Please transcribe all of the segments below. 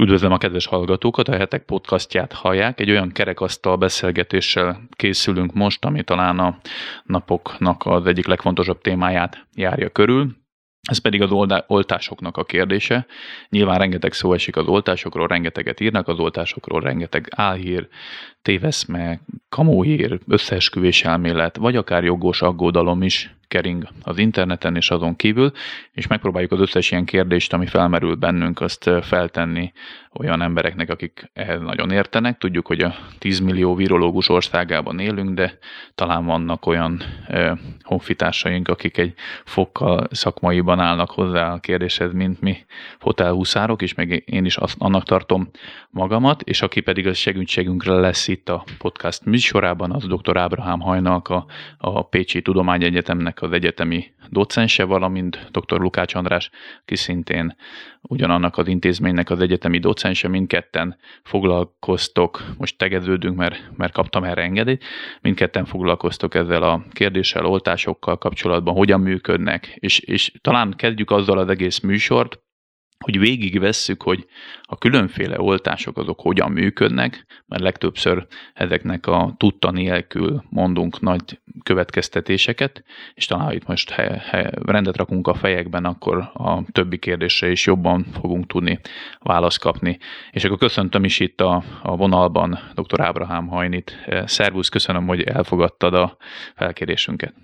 Üdvözlöm a kedves hallgatókat, a Hetek podcastját hallják. Egy olyan kerekasztal beszélgetéssel készülünk most, ami talán a napoknak az egyik legfontosabb témáját járja körül. Ez pedig az oltásoknak a kérdése. Nyilván rengeteg szó esik az oltásokról, rengeteget írnak az oltásokról, rengeteg álhír, téveszme, kamuhír, összeesküvés elmélet, vagy akár jogos aggódalom is kering az interneten és azon kívül, és megpróbáljuk az összes ilyen kérdést, ami felmerül bennünk, azt feltenni olyan embereknek, akik ehhez nagyon értenek. Tudjuk, hogy a 10 millió virológus országában élünk, de talán vannak olyan honfitársaink, akik egy fokkal szakmaiban állnak hozzá a kérdéshez, mint mi fotelhuszárok, és meg én is annak tartom magamat, és aki pedig a segítségünkre lesz itt a podcast műsorában, az dr. Ábrahám Hajnalka, a Pécsi Tudományegyetemnek az egyetemi docense, valamint dr. Lukács András, aki szintén ugyanannak az intézménynek az egyetemi docense. Mindketten foglalkoztok, most tegeződünk, mert kaptam erre engedélyt, mindketten foglalkoztok ezzel a kérdéssel, oltásokkal kapcsolatban, hogyan működnek, és talán kezdjük azzal az egész műsort, hogy végigvesszük, hogy a különféle oltások azok hogyan működnek, mert legtöbbször ezeknek a tudta nélkül mondunk nagy következtetéseket, és talán ha itt most rendet rakunk a fejekben, akkor a többi kérdésre is jobban fogunk tudni választ kapni. És akkor köszöntöm is itt a vonalban dr. Ábrahám Hajnit. Szervusz, köszönöm, hogy elfogadtad a felkérésünket.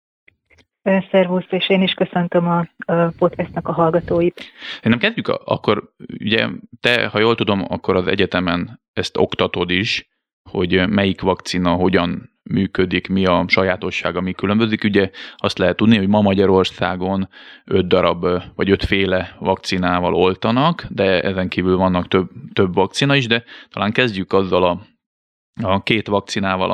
Szervusz, és én is köszöntöm a podcastnak a hallgatóit. Nem kezdjük, akkor ugye te, ha jól tudom, akkor az egyetemen ezt oktatod is, hogy melyik vakcina hogyan működik, mi a sajátossága, mi különbözik. Ugye azt lehet tudni, hogy ma Magyarországon 5 darab, vagy 5 féle vakcinával oltanak, de ezen kívül vannak több vakcina is, de talán kezdjük azzal a 2 vakcinával,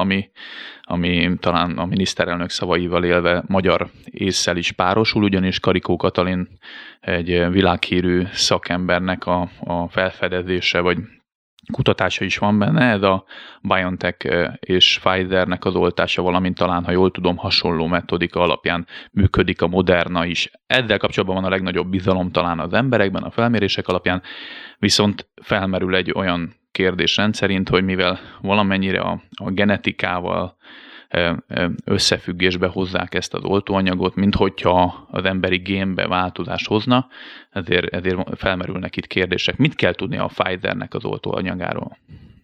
ami talán a miniszterelnök szavaival élve magyar ésszel is párosul, ugyanis Karikó Katalin egy világhírű szakembernek a felfedezése vagy kutatása is van benne, ez a BioNTech és Pfizernek az oltása, valamint talán, ha jól tudom, hasonló metodika alapján működik a Moderna is. Ezzel kapcsolatban van a legnagyobb bizalom talán az emberekben, a felmérések alapján, viszont felmerül egy olyan kérdés rendszerint, hogy mivel valamennyire a genetikával összefüggésbe hozzák ezt az oltóanyagot, mint hogyha az emberi génbe változást hozna, ezért felmerülnek itt kérdések. Mit kell tudni a Pfizernek az oltóanyagáról?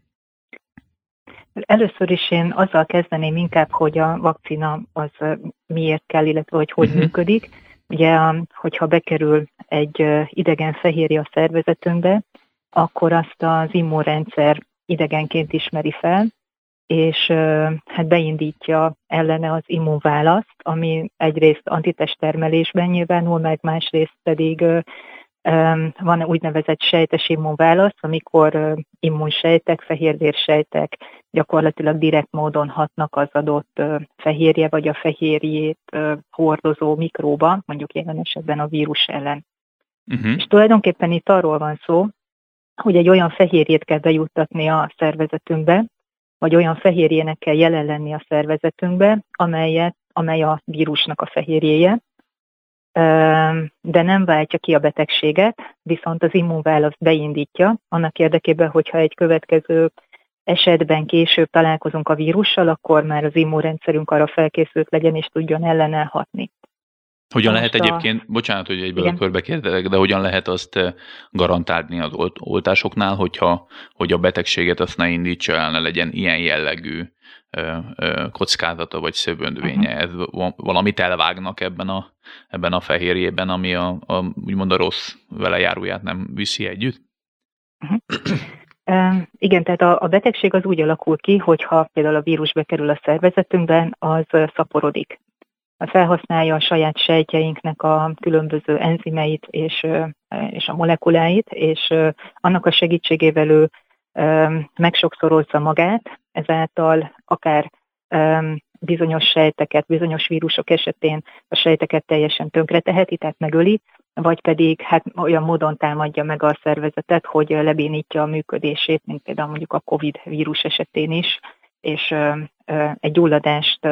Először is én azzal kezdeném inkább, hogy a vakcina az miért kell, illetve hogy működik. Ugye, hogyha bekerül egy idegen fehérje a szervezetünkbe, akkor azt az immunrendszer idegenként ismeri fel, és hát beindítja ellene az immunválaszt, ami egyrészt antitesttermelésben nyilvánul, meg másrészt pedig van úgynevezett sejtes immunválasz, amikor immunsejtek, fehérvérsejtek gyakorlatilag direkt módon hatnak az adott fehérje vagy a fehérjét hordozó mikróba, mondjuk jelen esetben a vírus ellen. És tulajdonképpen itt arról van szó, hogy egy olyan fehérjét kell bejuttatni a szervezetünkbe, vagy olyan fehérjének kell jelen lenni a szervezetünkbe, amely a vírusnak a fehérjéje, de nem váltja ki a betegséget, viszont az immunválaszt beindítja, annak érdekében, hogyha egy következő esetben később találkozunk a vírussal, akkor már az immunrendszerünk arra felkészült legyen, és tudjon ellene hatni. Hogyan lehet egyébként, bocsánat, hogy egyből körbe kérdezek, de hogyan lehet azt garantálni az oltásoknál, hogy a betegséget azt ne indítsa el, ne legyen ilyen jellegű kockázata vagy szövődménye? Ez valamit elvágnak ebben a fehérjében, ami úgymond a rossz velejáróját nem viszi együtt? Igen, tehát a betegség az úgy alakul ki, hogyha például a vírus bekerül a szervezetünkben, az szaporodik. Felhasználja a saját sejtjeinknek a különböző enzimeit és a molekuláit, és annak a segítségével ő megsokszorozza magát, ezáltal akár bizonyos sejteket, bizonyos vírusok esetén a sejteket teljesen tönkreteheti, tehát megöli, vagy pedig hát olyan módon támadja meg a szervezetet, hogy lebénítja a működését, mint például mondjuk a COVID vírus esetén is, és egy gyulladást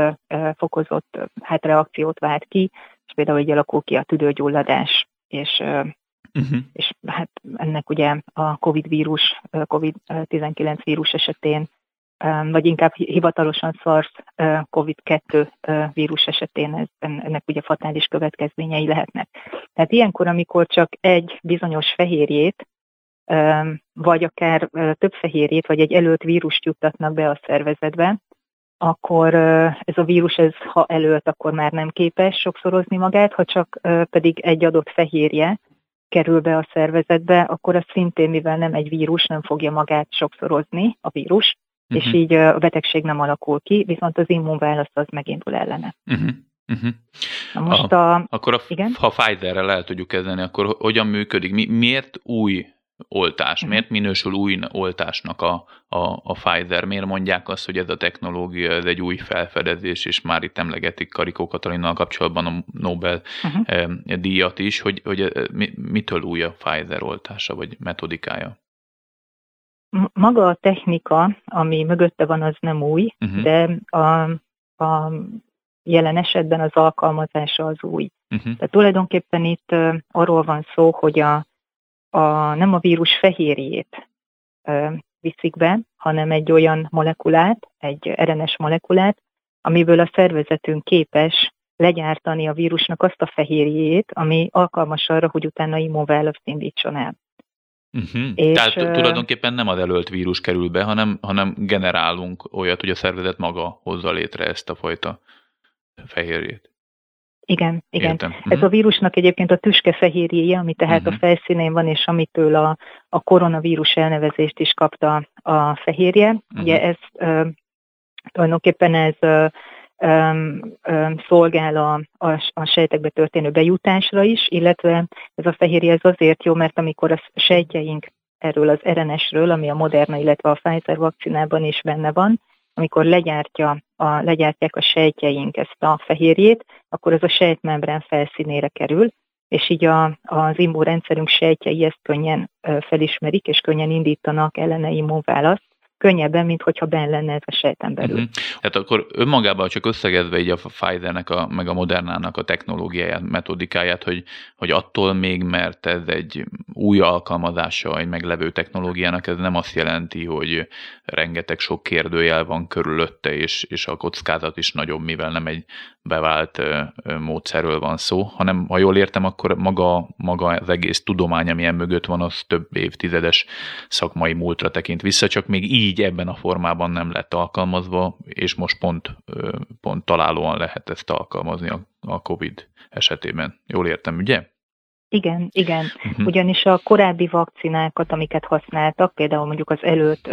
fokozott reakciót vált ki, és például így alakul ki a tüdőgyulladás, és És hát ennek ugye a COVID-19 vírus esetén, vagy inkább hivatalosan SARS-CoV-2 vírus esetén ennek ugye fatális következményei lehetnek. Tehát ilyenkor, amikor csak egy bizonyos fehérjét, vagy akár több fehérjét, vagy egy előtt vírust juttatnak be a szervezetbe, akkor ez a vírus, ha előtt, akkor már nem képes sokszorozni magát, ha csak pedig egy adott fehérje kerül be a szervezetbe, akkor az szintén, mivel nem egy vírus, nem fogja magát sokszorozni, a vírus, és így a betegség nem alakul ki, viszont az immunválasz az megindul ellene. Na most akkor ha Pfizerrel el tudjuk kezdeni, akkor hogyan működik? Miért új oltás? Miért minősül új oltásnak a Pfizer? Miért mondják azt, hogy ez a technológia, ez egy új felfedezés, és már itt emlegetik Karikó Katalinnal kapcsolatban a Nobel díjat is, hogy mitől új a Pfizer oltása, vagy metodikája? Maga a technika, ami mögötte van, az nem új, de a jelen esetben az alkalmazása az új. Tehát tulajdonképpen itt arról van szó, hogy nem a vírus fehérjét viszik be, hanem egy olyan molekulát, egy RNS molekulát, amiből a szervezetünk képes legyártani a vírusnak azt a fehérjét, ami alkalmas arra, hogy utána immunválaszt indítson el. Tehát tulajdonképpen nem az előtt vírus kerül be, hanem generálunk olyat, hogy a szervezet maga hozza létre ezt a fajta fehérjét. Igen. Ez a vírusnak egyébként a tüskefehérjéje, ami tehát a felszínén van, és amitől a koronavírus elnevezést is kapta a fehérje. Ugye ez tulajdonképpen szolgál a sejtekbe történő bejutásra is, illetve ez a fehérje ez azért jó, mert amikor a sejtjeink erről az RNS-ről, ami a Moderna, illetve a Pfizer vakcinában is benne van, amikor legyártják a sejtjeink ezt a fehérjét, akkor ez a sejtmembrán felszínére kerül, és így az immunrendszerünk sejtjei ezt könnyen felismerik, és könnyen indítanak ellene immunválaszt, könnyebben, mint hogyha benn lenne ez a sejten belül. Tehát akkor önmagában csak összegezve így a Pfizernek meg a Modernának a technológiáját, metodikáját, hogy attól még, mert ez egy új alkalmazása egy meglevő technológiának, ez nem azt jelenti, hogy rengeteg sok kérdőjel van körülötte, és a kockázat is nagyobb, mivel nem egy bevált módszerről van szó, hanem ha jól értem, akkor maga az egész tudomány, amilyen mögött van, az több évtizedes szakmai múltra tekint vissza, csak még így ebben a formában nem lett alkalmazva, és most pont találóan lehet ezt alkalmazni a COVID esetében. Jól értem, ugye? Igen. Ugyanis a korábbi vakcinákat, amiket használtak, például mondjuk az előtt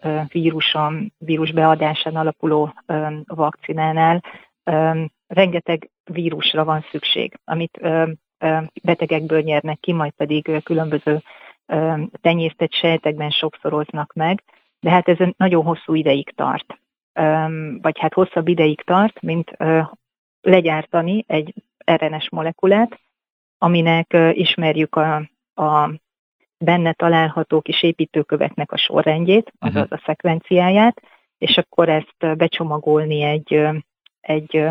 vírus beadásán alapuló vakcinánál, rengeteg vírusra van szükség, amit betegekből nyernek ki, majd pedig különböző tenyésztett sejtekben sokszoroznak meg, de hát ez nagyon hosszú ideig tart, vagy hát hosszabb ideig tart, mint legyártani egy RNS molekulát, aminek ismerjük a benne található kis építőköveknek a sorrendjét, azaz a szekvenciáját, és akkor ezt becsomagolni egy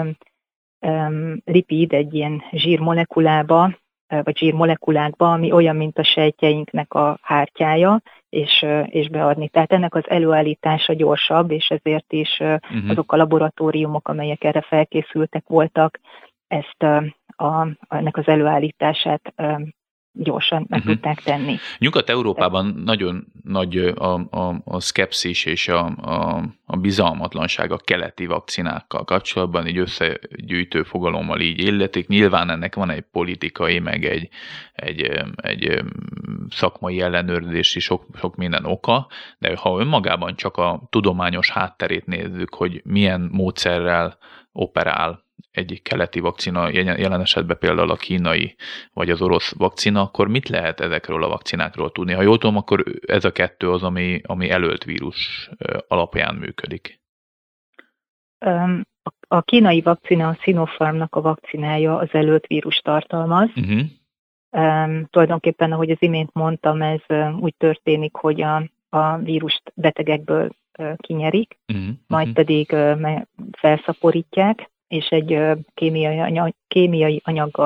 lipid, egy ilyen zsírmolekulába, vagy zsírmolekulákba, ami olyan, mint a sejtjeinknek a hártyája, és beadni. Tehát ennek az előállítása gyorsabb, és ezért is azok a laboratóriumok, amelyek erre felkészültek voltak, ennek az előállítását gyorsan meg tudták tenni. Nyugat-Európában nagyon nagy a szkepszis és a bizalmatlanság a keleti vakcinákkal kapcsolatban, így összegyűjtő fogalommal így illetik. Nyilván ennek van egy politikai, meg egy szakmai ellenőrzési sok minden oka, de ha önmagában csak a tudományos hátterét nézzük, hogy milyen módszerrel operál egyik keleti vakcina, jelen esetben például a kínai vagy az orosz vakcina, akkor mit lehet ezekről a vakcinákról tudni? Ha jól tudom, akkor ez a kettő az, ami előtt vírus alapján működik. A kínai vakcina, a Sinopharmnak a vakcinája az előtt vírus tartalmaz. Tulajdonképpen, ahogy az imént mondtam, ez úgy történik, hogy a vírust betegekből kinyerik, majd pedig felszaporítják, és egy kémiai anyaggal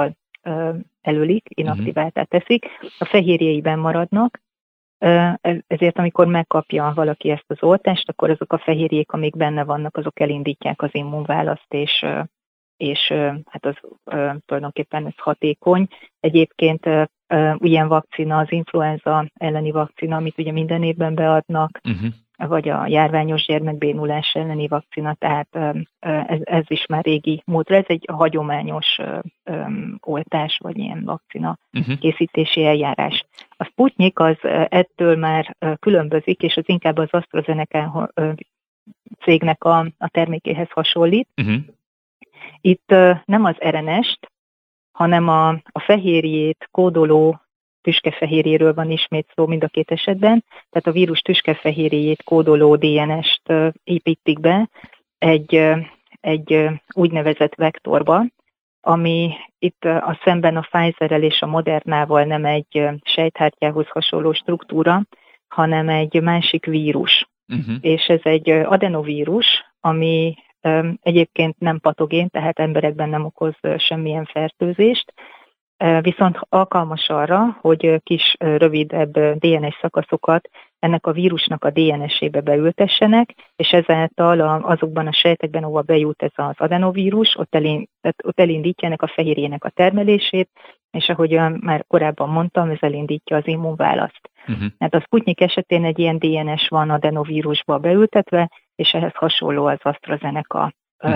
elölik, inaktiváltá teszik, a fehérjeiben maradnak, ezért amikor megkapja valaki ezt az oltást, akkor azok a fehérjék, amik benne vannak, azok elindítják az immunválaszt, és hát az tulajdonképpen ez hatékony. Egyébként ilyen vakcina, az influenza elleni vakcina, amit ugye minden évben beadnak, vagy a járványos gyermekbénulás elleni vakcina, tehát ez is már régi módra. Ez egy hagyományos oltás, vagy ilyen vakcina készítési eljárás. A Sputnik az ettől már különbözik, és az inkább az AstraZeneca cégnek a termékéhez hasonlít. Itt nem az RNS-t, hanem a fehérjét kódoló tüskefehérjéről van ismét szó mind a két esetben, tehát a vírus tüskefehérjéjét kódoló DNS-t építik be egy úgynevezett vektorba, ami itt a szemben a Pfizerrel és a Modernával nem egy sejthártyához hasonló struktúra, hanem egy másik vírus. És ez egy adenovírus, ami egyébként nem patogén, tehát emberekben nem okoz semmilyen fertőzést, viszont alkalmas arra, hogy kis, rövidebb DNS szakaszokat ennek a vírusnak a DNS-ébe beültessenek, és ezáltal azokban a sejtekben, ahol bejut ez az adenovírus, ott elindítja ennek a fehérjének a termelését, és ahogy már korábban mondtam, ez elindítja az immunválaszt. Hát a Sputnik esetén egy ilyen DNS van adenovírusba beültetve, és ehhez hasonló az AstraZeneca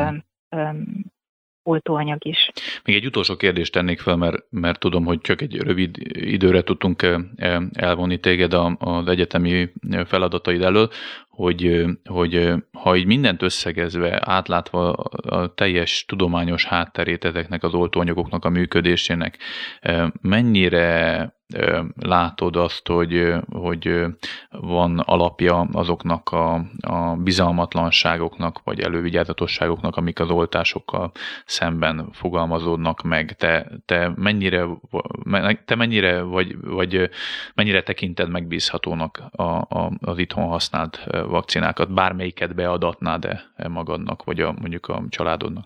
oltóanyag is. Még egy utolsó kérdést tennék fel, mert tudom, hogy csak egy rövid időre tudtunk elvonni téged az egyetemi feladataid elől, hogy ha így mindent összegezve, átlátva a teljes tudományos hátterét ezeknek az oltóanyagoknak a működésének, mennyire látod azt, hogy van alapja azoknak a bizalmatlanságoknak, vagy elővigyázatosságoknak, amik az oltásokkal szemben fogalmazódnak meg. Te mennyire vagy mennyire tekinted megbízhatónak az itthon használt vakcinákat? Bármelyiket beadatnád-e magadnak, vagy mondjuk a családodnak?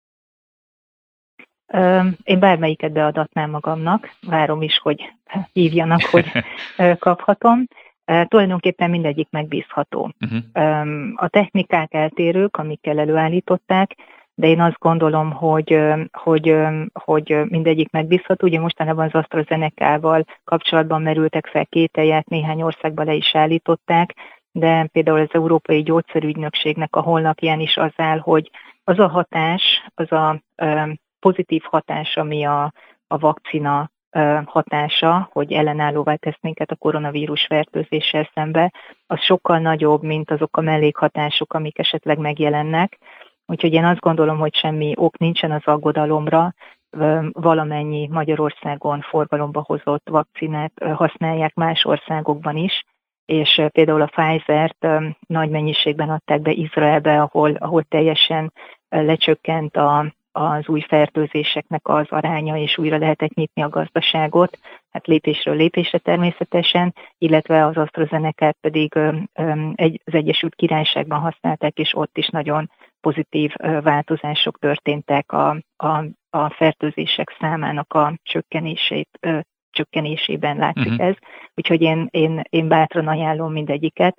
Én bármelyiket beadatnám magamnak, várom is, hogy hívjanak, hogy kaphatom. Tulajdonképpen mindegyik megbízható. A technikák eltérők, amikkel előállították, de én azt gondolom, hogy mindegyik megbízható. Ugye mostanában az AstraZeneca-val kapcsolatban merültek fel kételyek, néhány országban le is állították, de például az Európai Gyógyszerügynökségnek a honlapján is az áll, hogy az a hatás, az a pozitív hatás, ami a vakcina hatása, hogy ellenállóvá tesz minket a koronavírus fertőzéssel szembe, az sokkal nagyobb, mint azok a mellékhatások, amik esetleg megjelennek. Úgyhogy én azt gondolom, hogy semmi ok nincsen az aggodalomra, valamennyi Magyarországon forgalomba hozott vakcinát használják más országokban is, és például a Pfizer-t nagy mennyiségben adták be Izraelbe, ahol teljesen lecsökkent az új fertőzéseknek az aránya, és újra lehetett nyitni a gazdaságot, hát lépésről lépésre természetesen, illetve az AstraZeneca-t pedig az Egyesült Királyságban használták, és ott is nagyon pozitív változások történtek a fertőzések számának a csökkenésében látszik ez. Úgyhogy én bátran ajánlom mindegyiket,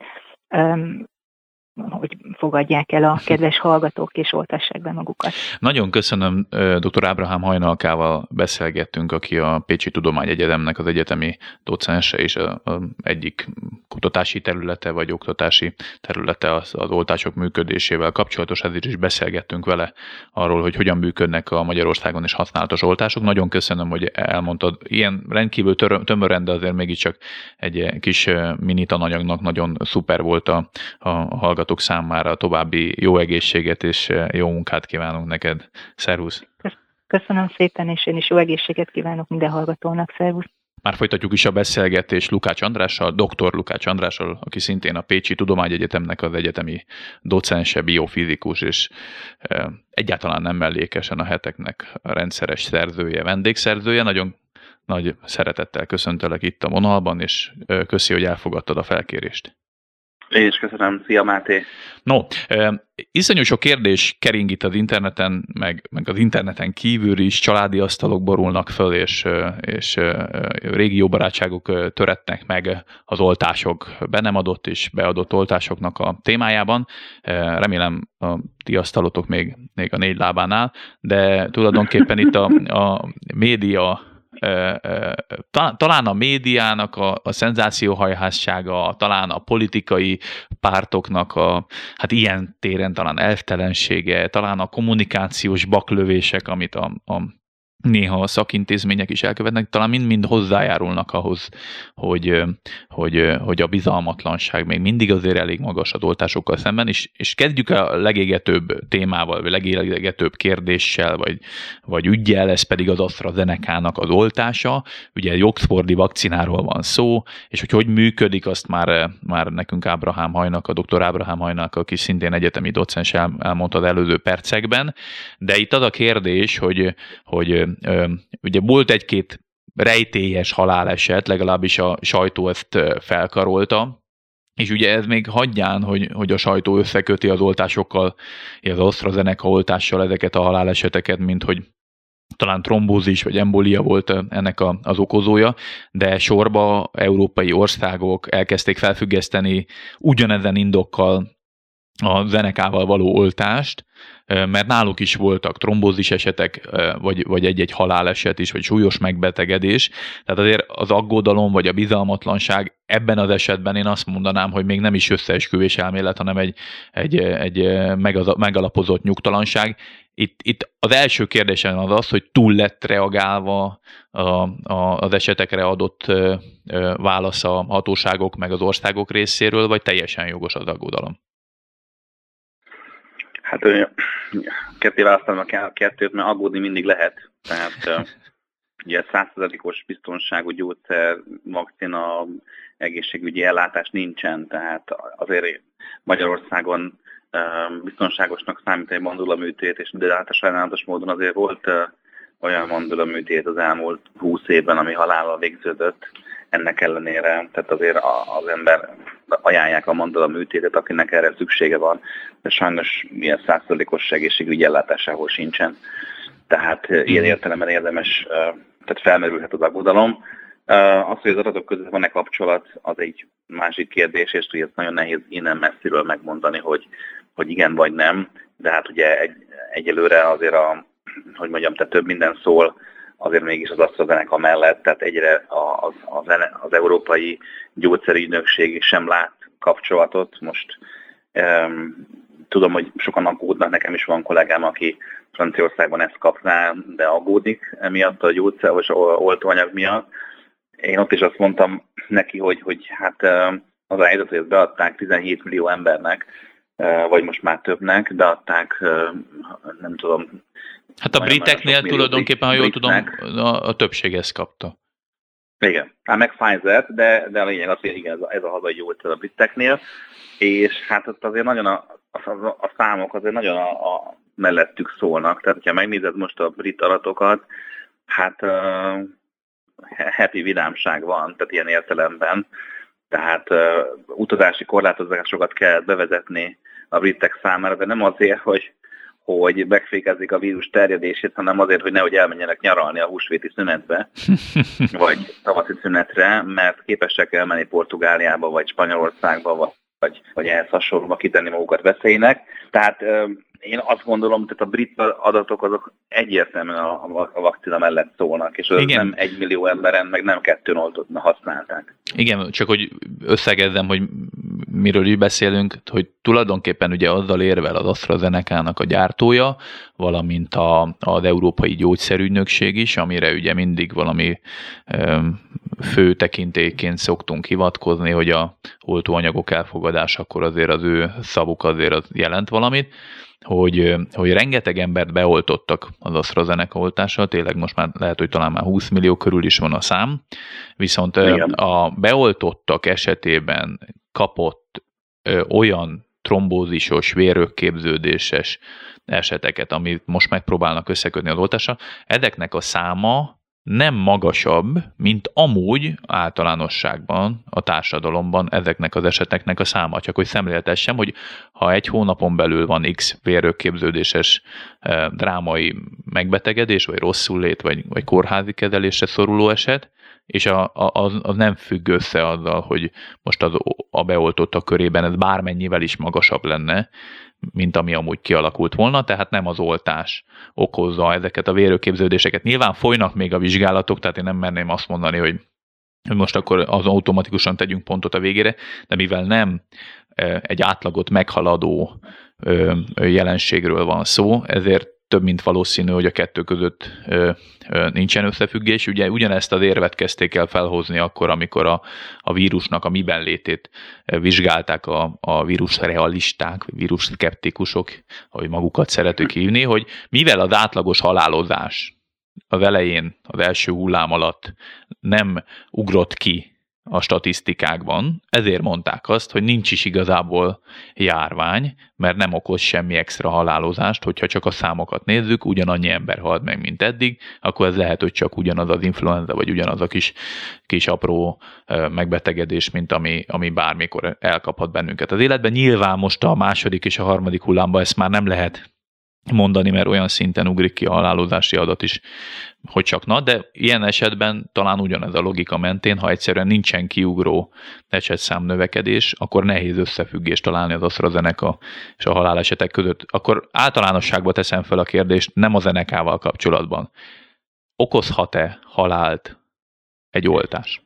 hogy fogadják el a kedves hallgatók, és oltassák be magukat. Nagyon köszönöm, dr. Ábrahám Hajnalkával beszélgettünk, aki a Pécsi Tudományegyetemnek az egyetemi docense, és egyik kutatási területe, vagy oktatási területe az oltások működésével kapcsolatos, ezért is beszélgettünk vele arról, hogy hogyan működnek a Magyarországon is használatos oltások. Nagyon köszönöm, hogy elmondtad. Ilyen rendkívül tömören, de azért mégiscsak egy kis mini tananyagnak nagyon szuper volt a hallgatók számára. További jó egészséget és jó munkát kívánunk neked. Szervusz! Köszönöm szépen, és én is jó egészséget kívánok minden hallgatónak. Szervusz! Már folytatjuk is a beszélgetést Lukács Andrással, dr. Lukács Andrással, aki szintén a Pécsi Tudományegyetemnek az egyetemi docense, biofizikus, és egyáltalán nem mellékesen a heteknek a rendszeres szerzője, vendégszerzője. Nagyon nagy szeretettel köszöntelek itt a vonalban, és köszi, hogy elfogadtad a felkérést. Én is köszönöm. Szia, Máté! No, iszonyú sok kérdés kering itt az interneten, meg az interneten kívül is, családi asztalok borulnak föl, és régi jó barátságok töretnek meg az oltások, be nem adott és beadott oltásoknak a témájában. Remélem a ti asztalotok még a 4 lábánál, de tulajdonképpen itt a média, talán a médiának a szenzációhajhássága, talán a politikai pártoknak hát ilyen téren talán elvtelensége, talán a kommunikációs baklövések, amit néha a szakintézmények is elkövetnek, talán mind hozzájárulnak ahhoz, hogy a bizalmatlanság még mindig azért elég magas az oltásokkal szemben, és kezdjük a legégetőbb témával, vagy legégetőbb kérdéssel, vagy üggyel, ez pedig az AstraZeneca-nak az oltása. Ugye egy oxfordi vakcináról van szó, és hogy működik, azt már nekünk Ábrahám Hajnak, a dr. Ábrahám Hajnak, aki szintén egyetemi docens elmondta az előző percekben, de itt az a kérdés, hogy ugye volt egy-két rejtélyes haláleset, legalábbis a sajtó ezt felkarolta, és ugye ez még hagyján, hogy a sajtó összeköti az oltásokkal, az AstraZeneca oltással ezeket a haláleseteket, mint hogy talán trombózis vagy embolia volt ennek az okozója, de sorba európai országok elkezdték felfüggeszteni ugyanezen indokkal a Zenekával való oltást, mert náluk is voltak trombózis esetek, vagy egy-egy haláleset is, vagy súlyos megbetegedés. Tehát azért az aggodalom, vagy a bizalmatlanság ebben az esetben én azt mondanám, hogy még nem is összeesküvés elmélet, hanem egy megalapozott nyugtalanság. Itt az első kérdésem az, hogy túl lett reagálva az esetekre adott válasz a hatóságok meg az országok részéről, vagy teljesen jogos az aggodalom? Hát ketté választanom a kettőt, mert aggódni mindig lehet. Tehát ugye 100%-os biztonságú gyógyszer, vakcina, egészségügyi ellátás nincsen, tehát azért Magyarországon biztonságosnak számít egy mandulaműtét, de hát a sajnálatos módon azért volt olyan mandulaműtét az elmúlt 20 évben, ami halállal végződött. Ennek ellenére, tehát azért az ember ajánlják a mandulaműtétet, akinek erre szüksége van, de sajnos ilyen 100%-os egészségügyi ellátásához sincsen. Tehát ilyen értelemben érdemes, tehát felmerülhet az aggodalom. Az, hogy az adatok között van-e kapcsolat, az egy másik kérdés, és ugye ez nagyon nehéz innen messziről megmondani, hogy igen vagy nem, de hát ugye egyelőre azért tehát több minden szól, azért mégis az AstraZeneca mellett, tehát egyre az Európai Gyógyszerügynökség sem lát kapcsolatot. Most tudom, hogy sokan aggódnak, nekem is van kollégám, aki Franciaországban ezt kapná, de aggódik emiatt a gyógyszer vagy oltóanyag miatt. Én ott is azt mondtam neki, hogy hát az a helyzet, hogy ezt beadták 17 millió embernek, vagy most már többnek, beadták, nem tudom. Hát a briteknél tulajdonképpen, ha jól tudom, a többség ezt kapta. Igen, hát meg Pfizer, de a lényeg az, hogy igen, ez a hazai gyógyszer a briteknél, és hát ott azért nagyon a számok azért nagyon a mellettük szólnak. Tehát, ha megnézed most a brit adatokat, hát happy vidámság van, tehát ilyen értelemben. Tehát utazási korlátozásokat kell bevezetni a britek számára, de nem azért, hogy megfékezzék a vírus terjedését, hanem azért, hogy nehogy elmenjenek nyaralni a húsvéti szünetbe, vagy tavaszi szünetre, mert képesek elmenni Portugáliába, vagy Spanyolországba, vagy ehhez hasonlóba kitenni magukat veszélynek. Tehát én azt gondolom, tehát a brit adatok azok egyértelműen a vakcina mellett szólnak, és az nem 1 millió emberen, meg nem 2 oltót használták. Igen, csak hogy összegezzem, hogy miről is beszélünk, hogy tulajdonképpen ugye azzal érvel az AstraZeneca-nak a gyártója, valamint az Európai Gyógyszerügynökség is, amire ugye mindig valami fő tekintélyként szoktunk hivatkozni, hogy a oltóanyagok elfogadásakor azért az ő szavuk azért az jelent valamit, hogy rengeteg embert beoltottak az AstraZeneca oltással, tényleg most már lehet, hogy talán már 20 millió körül is van a szám, viszont igen, a beoltottak esetében kapott olyan trombózisos, vérrögképződéses eseteket, amit most megpróbálnak összekötni az oltással, ezeknek a száma nem magasabb, mint amúgy általánosságban a társadalomban ezeknek az eseteknek a száma. Csak hogy szemléltessem, hogy ha egy hónapon belül van X vérrögképződéses drámai megbetegedés, vagy rosszullét, vagy kórházi kezelésre szoruló eset, és az nem függ össze azzal, hogy most a beoltottak körében ez bármennyivel is magasabb lenne, mint ami amúgy kialakult volna, tehát nem az oltás okozza ezeket a vérrögképződéseket. Nyilván folynak még a vizsgálatok, tehát én nem merném azt mondani, hogy most akkor az automatikusan tegyünk pontot a végére, de mivel nem egy átlagot meghaladó jelenségről van szó, ezért több mint valószínű, hogy a kettő között nincsen összefüggés. Ugye ugyanezt az érvet kezdték el felhozni akkor, amikor a vírusnak a miben létét vizsgálták a vírus realisták, vírus szkeptikusok, ahogy magukat szeretük hívni, hogy mivel az átlagos halálozás az elején, az első hullám alatt nem ugrott ki a statisztikákban, ezért mondták azt, hogy nincs is igazából járvány, mert nem okoz semmi extra halálozást, hogyha csak a számokat nézzük, ugyanannyi ember halt meg, mint eddig, akkor ez lehet, hogy csak ugyanaz az influenza, vagy ugyanaz a kis apró megbetegedés, mint ami bármikor elkaphat bennünket az életben. Nyilván most a második és a harmadik hullámban ezt már nem lehet mondani, mert olyan szinten ugrik ki a halálozási adat is, hogy csak na, de ilyen esetben talán ugyanez a logika mentén, ha egyszerűen nincsen kiugró esetszám növekedés, akkor nehéz összefüggést találni az AstraZeneca és a halálesetek között. Akkor általánosságban teszem fel a kérdést, nem a Zenekával kapcsolatban. Okozhat-e halált egy oltás?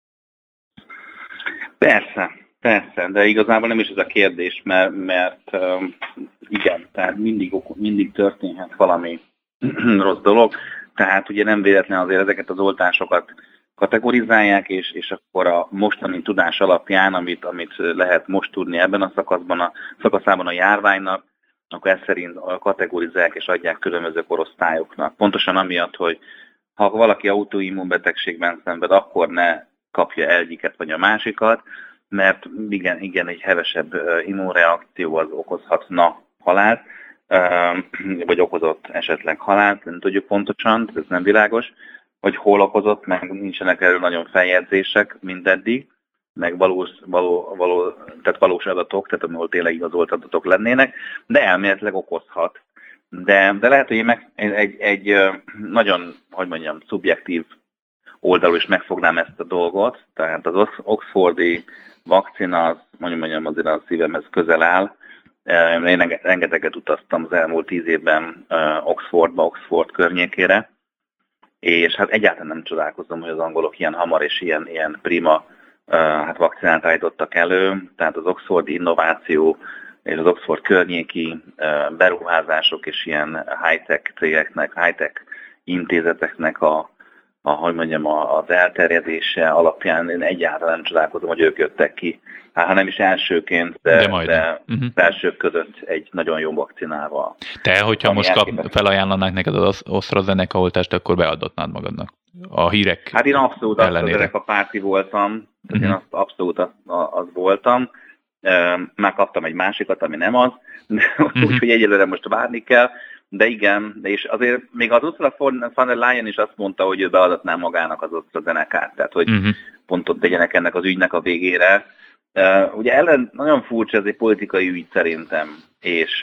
Persze, de igazából nem is ez a kérdés, mert igen, tehát mindig történhet valami rossz dolog, tehát ugye nem véletlen azért ezeket az oltásokat kategorizálják, és akkor a mostani tudás alapján, amit lehet most tudni ebben a szakaszában a járványnak, akkor ezt szerint kategorizálják és adják különböző korosztályoknak. Pontosan amiatt, hogy ha valaki autoimmunbetegségben szenved, akkor ne kapja egyiket vagy a másikat, mert igen, egy hevesebb immunreakció az okozhatna halált, vagy okozott esetleg halált, nem tudjuk pontosan, ez nem világos, hogy hol okozott, meg nincsenek erről nagyon feljegyzések mindeddig, meg valós adatok, tehát ahol tényleg igazolt adatok lennének, de elméletileg okozhat. De lehet, hogy én egy nagyon, szubjektív oldalról is megfognám ezt a dolgot, tehát az oxfordi vakcina, az azért a szívemhez közel áll. Én rengeteget utaztam az elmúlt 10 évben Oxford környékére, és hát egyáltalán nem csodálkozom, hogy az angolok ilyen hamar és ilyen prima vakcinát állítottak elő, tehát az oxfordi innováció és az Oxford környéki beruházások és ilyen high-tech cégeknek, high-tech intézeteknek az elterjedése alapján én egyáltalán nem csodálkozom, hogy ők jöttek ki. Hát nem is elsőként, de elsők között egy nagyon jó vakcinával. Te, hogyha most felajánlanák neked az AstraZeneca oltást, akkor beadatnád magadnak a hírek Hát én abszolút AstraZeneca párti voltam, tehát én abszolút az voltam. Már kaptam egy másikat, ami nem az, úgyhogy egyelőre most várni kell. De igen, és azért még az Ursula von der Leyen is azt mondta, hogy ő beadatná magának az AstraZenecát, tehát hogy pontot tegyenek ennek az ügynek a végére. Ugye nagyon furcsa, ez egy politikai ügy szerintem, és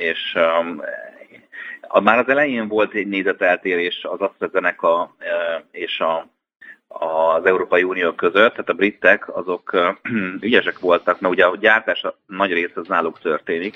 már az elején volt egy nézeteltérés az AstraZeneca és az Európai Unió között, tehát a britek azok ügyesek voltak, mert ugye a gyártás nagy része az náluk történik,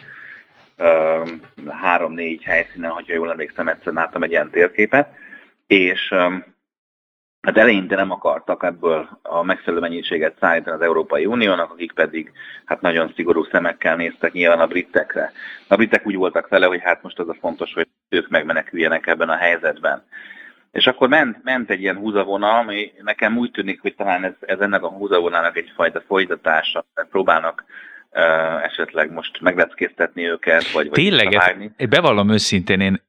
3-4 helyszínen, hogyha jól emlékszem, egyszer láttam egy ilyen térképet, és hát eleinte nem akartak ebből a megfelelő mennyiséget szállítani az Európai Uniónak, akik pedig hát nagyon szigorú szemekkel néztek nyilván a britekre. A britek úgy voltak vele, hogy hát most az a fontos, hogy ők megmeneküljenek ebben a helyzetben. És akkor ment egy ilyen húzavona, ami nekem úgy tűnik, hogy talán ez ennek a húzavonának egyfajta folytatása, próbálnak esetleg most megleckéztetni őket, vagy tényleg, bevallom őszintén, én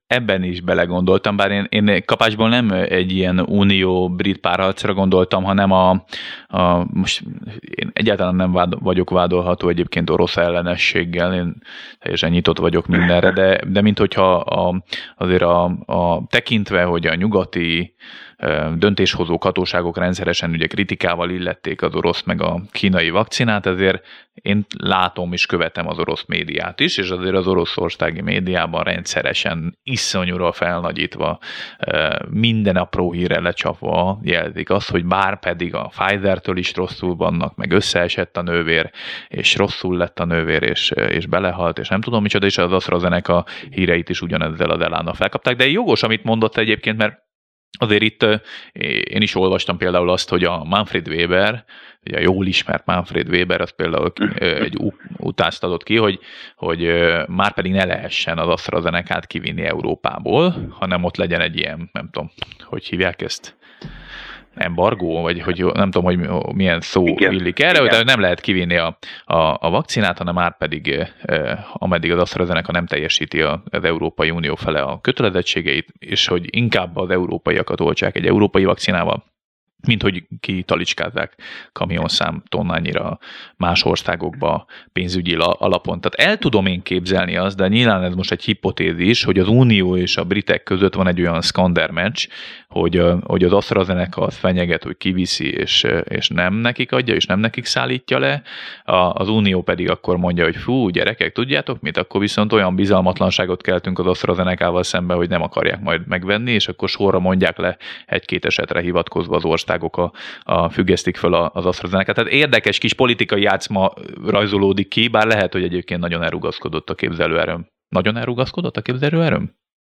ebben is belegondoltam, bár én kapásból nem egy ilyen unió-brit párharcra gondoltam, hanem most én egyáltalán nem vagyok vádolható egyébként orosz ellenességgel, én teljesen nyitott vagyok mindenre, de mint hogyha azért tekintve, hogy a nyugati döntéshozók, hatóságok rendszeresen ugye kritikával illették az orosz meg a kínai vakcinát, ezért én látom és követem az orosz médiát is, és azért az oroszországi médiában rendszeresen iszonyúra felnagyítva, minden apró hírre lecsapva jelzik azt, hogy bár pedig a Pfizer-től is rosszul vannak, meg összeesett a nővér, és rosszul lett a nővér, és belehalt, és nem tudom micsoda, és az AstraZeneca híreit is ugyanezzel az elánnal felkapták. De jogos, amit mondott egyébként, mert azért itt én is olvastam például azt, hogy a Manfred Weber, ugye a jól ismert Manfred Weber, az például egy utást adott ki, hogy már pedig ne lehessen az AstraZenecát kivinni Európából, hanem ott legyen egy ilyen, nem tudom, hogy hívják ezt, embargó, vagy hogy nem tudom, hogy milyen szó illik erre, de nem lehet kivinni a vakcinát, hanem már pedig ameddig az AstraZeneca nem teljesíti az Európai Unió fele a kötelezettségeit, és hogy inkább az európaiakat oltsák egy európai vakcinával, mint hogy kitalicskázzák kamionszám tonnányira más országokba pénzügyi alapon. Tehát el tudom én képzelni azt, de nyilván ez most egy hipotézis, hogy az Unió és a britek között van egy olyan szkander meccs, hogy az AstraZeneca az fenyeget, hogy kiviszi, és nem nekik adja, és nem nekik szállítja le. Az Unió pedig akkor mondja, hogy fú, gyerekek, tudjátok mit? Akkor viszont olyan bizalmatlanságot keltünk az AstraZenecával szemben, hogy nem akarják majd megvenni, és akkor sorra mondják le egy-két esetre hivatkozva az országok függesztik föl az AstraZeneca. Tehát érdekes kis politikai játszma rajzolódik ki, bár lehet, hogy egyébként nagyon elrugaszkodott a képzelőerőm. Nagyon elrugaszkodott a képzelőerőm?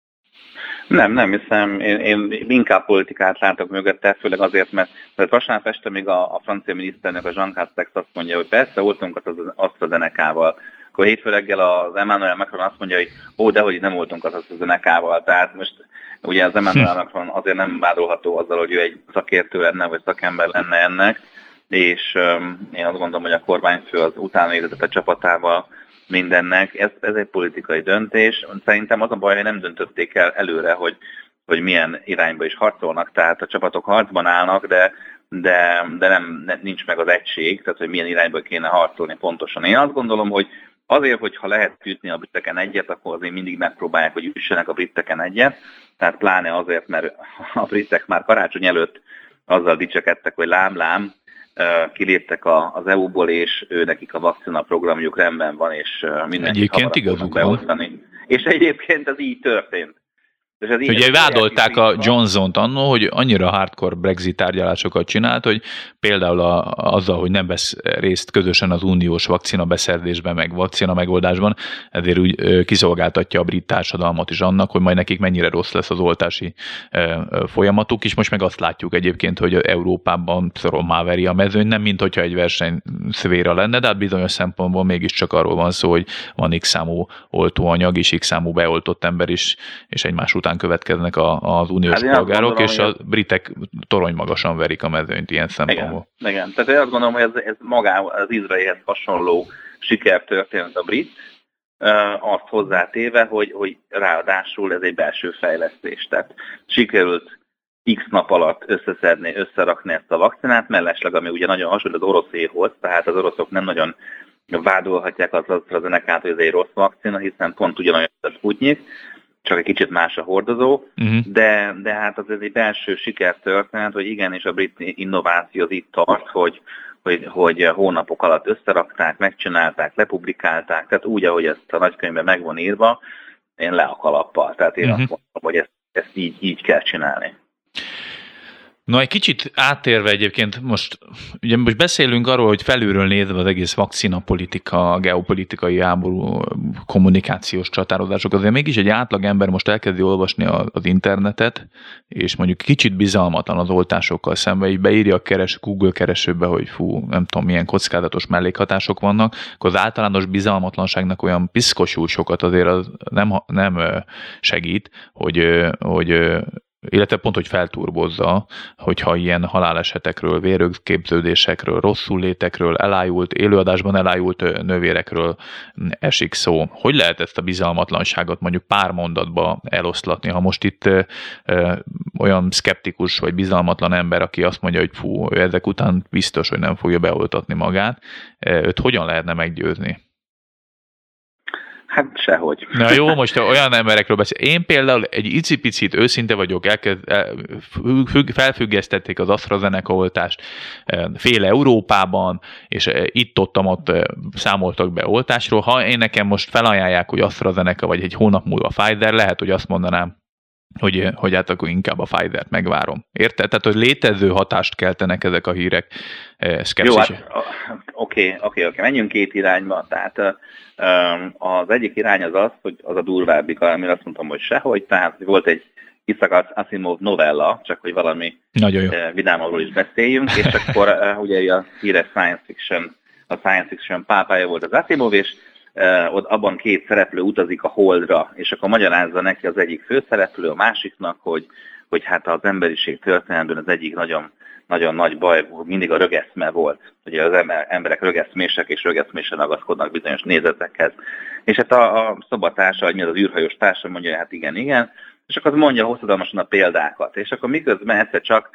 Nem hiszem, én inkább politikát látok mögötte, főleg azért, mert vasárnap este még a francia miniszternek, a Jean Castex azt mondja, hogy persze oltunk az AstraZenecával. Akkor hétfő reggel az Emmanuel Macron azt mondja, hogy dehogy nem oltunk az AstraZenecával. Tehát most ugye az Emmanuel Macron azért nem vádolható azzal, hogy ő egy szakértő lenne, vagy szakember lenne ennek, és én azt gondolom, hogy a kormányfő az utána érezett a csapatával mindennek. Ez egy politikai döntés. Szerintem az a baj, hogy nem döntötték el előre, hogy milyen irányba is harcolnak, tehát a csapatok harcban állnak, de nincs meg az egység, tehát hogy milyen irányba kéne harcolni pontosan. Én azt gondolom, hogy azért, hogyha lehet ütni a briteken egyet, akkor azért mindig megpróbálják, hogy üssenek a briteken egyet, tehát pláne azért, mert a britek már karácsony előtt azzal dicsekedtek, hogy lám, kiléptek az EU-ból, és nekik a vakcina programjuk rendben van, és mindenki hamarabb beosztani. És egyébként ez így történt. Ugye vádolták a Johnsont annól, hogy annyira hardcore Brexit tárgyalásokat csinált, hogy például azzal, hogy nem vesz részt közösen az uniós vakcina beszerzésben, meg vakcina megoldásban, ezért úgy kiszolgáltatja a brit társadalmat is annak, hogy majd nekik mennyire rossz lesz az oltási folyamatuk, és most meg azt látjuk egyébként, hogy Európában szorommá veri a mezőny, nem mint hogyha egy versenyszféra lenne, de hát bizonyos szempontból mégiscsak arról van szó, hogy van x számú oltóanyag, és x számú beoltott ember is, és egymás után következnek az uniós polgárok, és a britek torony magasan verik a mezőnyt ilyen szempontból. Igen. Tehát én azt gondolom, hogy ez maga az Izraelhez hasonló sikertörténet a brit, azt hozzátéve, hogy ráadásul ez egy belső fejlesztés. Tehát sikerült x nap alatt összerakni ezt a vakcinát, mellesleg, ami ugye nagyon hasonló az oroszéhoz, tehát az oroszok nem nagyon vádolhatják az AstraZenecát, hogy ez egy rossz vakcina, hiszen pont ugyanolyan a Sputnik, csak egy kicsit más a hordozó, de hát az egy belső sikertörténet, hogy igenis a brit innováció az itt tart, hogy hónapok alatt összerakták, megcsinálták, lepublikálták, tehát úgy, ahogy ezt a nagykönyvben meg van írva, én le a kalappal. Tehát én azt mondom, hogy ezt így kell csinálni. No, egy kicsit áttérve egyébként most beszélünk arról, hogy felülről nézve az egész vakcinapolitika, geopolitikai háború, kommunikációs csatározások, azért mégis egy átlag ember most elkezdi olvasni az internetet, és mondjuk kicsit bizalmatlan az oltásokkal szemben, így beírja a Google keresőbe, hogy nem tudom, milyen kockázatos mellékhatások vannak, akkor az általános bizalmatlanságnak olyan piszkosul sokat azért az nem segít, hogy illetve pont, hogy felturbozza, hogyha ilyen halálesetekről, vérrögképződésekről, rosszullétekről, élőadásban elájult nővérekről esik szó. Hogy lehet ezt a bizalmatlanságot mondjuk pár mondatba eloszlatni, ha most itt olyan szkeptikus vagy bizalmatlan ember, aki azt mondja, hogy fú, ezek után biztos, hogy nem fogja beoltatni magát, őt hogyan lehetne meggyőzni? Hát sehogy. Na jó, most olyan emberekről beszél. Én például egy icipicit őszinte vagyok, felfüggesztették az AstraZeneca oltást fél Európában, és itt-ott számoltak be oltásról. Ha én nekem most felajánlják, hogy AstraZeneca, vagy egy hónap múlva Pfizer, lehet, hogy azt mondanám, hogy hát akkor inkább a Pfizer-t megvárom. Érted? Tehát, hogy létező hatást keltenek ezek a hírek. Jó, hát, oké. Menjünk két irányba. Tehát az egyik irány az, hogy az a durvábbik, amire azt mondtam, hogy sehogy. Tehát volt egy Isaac Asimov novella, csak hogy valami vidámról is beszéljünk, és akkor ugye a híres science fiction pápája volt az Asimov, és abban két szereplő utazik a Holdra, és akkor magyarázza neki az egyik főszereplő a másiknak, hogy hát az emberiség történelmében az egyik nagyon, nagyon nagy baj mindig a rögeszme volt. Ugye az emberek rögeszmések és rögeszmésen ragaszkodnak bizonyos nézetekhez. És hát a szobatársa, vagy mi az űrhajós társa mondja, hogy hát igen, és akkor az mondja hosszadalmasan a példákat. És akkor miközben egyszer csak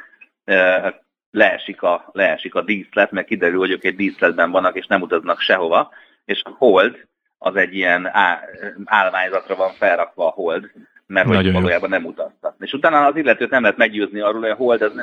leesik a díszlet, mert kiderül, hogy ők egy díszletben vannak, és nem utaznak sehova, és a Hold az egy ilyen állványzatra van felrakva a Hold, mert hogy valójában nem utaztak. És utána az illetőt nem lehet meggyőzni arról, hogy a Hold az nem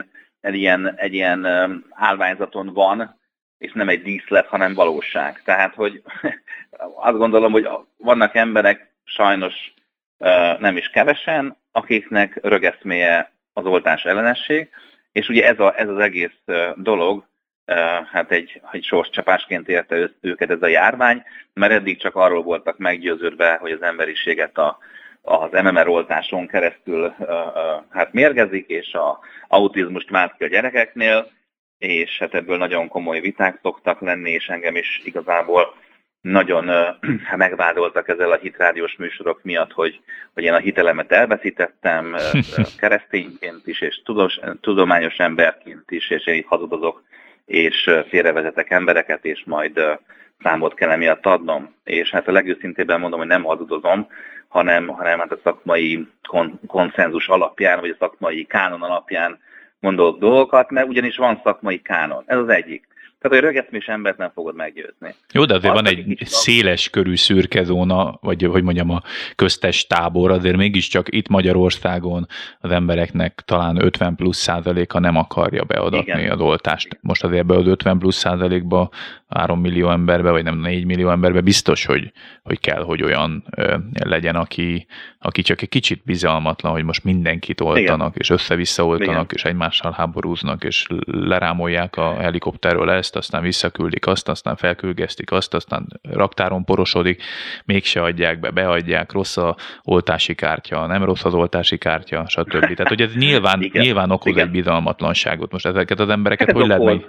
egy ilyen állványzaton van, és nem egy díszlet, hanem valóság. Tehát, hogy azt gondolom, hogy vannak emberek, sajnos nem is kevesen, akiknek rögeszméje az oltás ellenesség, és ugye ez az egész dolog, hát egy sorscsapásként érte őket ez a járvány, mert eddig csak arról voltak meggyőződve, hogy az emberiséget az MMR oltáson keresztül hát mérgezik, és az autizmust vált ki a gyerekeknél, és hát ebből nagyon komoly viták szoktak lenni, és engem is igazából nagyon megvádoltak ezzel a hitrádiós műsorok miatt, hogy én a hitelemet elveszítettem keresztényként is, és tudományos emberként is, és én hazudozok, és félrevezetek embereket, és majd számot kell emiatt adnom. És hát a legőszintébben mondom, hogy nem hazudozom, hanem hát a szakmai konszenzus alapján, vagy a szakmai kánon alapján mondok dolgokat, mert ugyanis van szakmai kánon. Ez az egyik. Tehát, hogy rögeszmés embert nem fogod meggyőzni. Jó, de azért van egy széles körű szürke zóna, vagy hogy mondjam, a köztes tábor, azért mégiscsak itt Magyarországon az embereknek talán 50+% nem akarja beadatni az oltást. Most azért ebbe az 50+%-ba 3 millió emberbe, vagy nem 4 millió emberbe biztos, hogy kell, hogy olyan legyen, aki csak egy kicsit bizalmatlan, hogy most mindenkit oltanak, és össze-vissza oltanak, és egymással háborúznak, és lerámolják a helikopterről ezt, aztán visszaküldik azt, aztán felkülgesztik azt, aztán raktáron porosodik, mégse adják be, beadják, rossz az oltási kártya, nem rossz az oltási kártya, stb. Tehát, hogy ez nyilván okoz egy bizalmatlanságot. Most ezeket az embereket hogy lehet meg...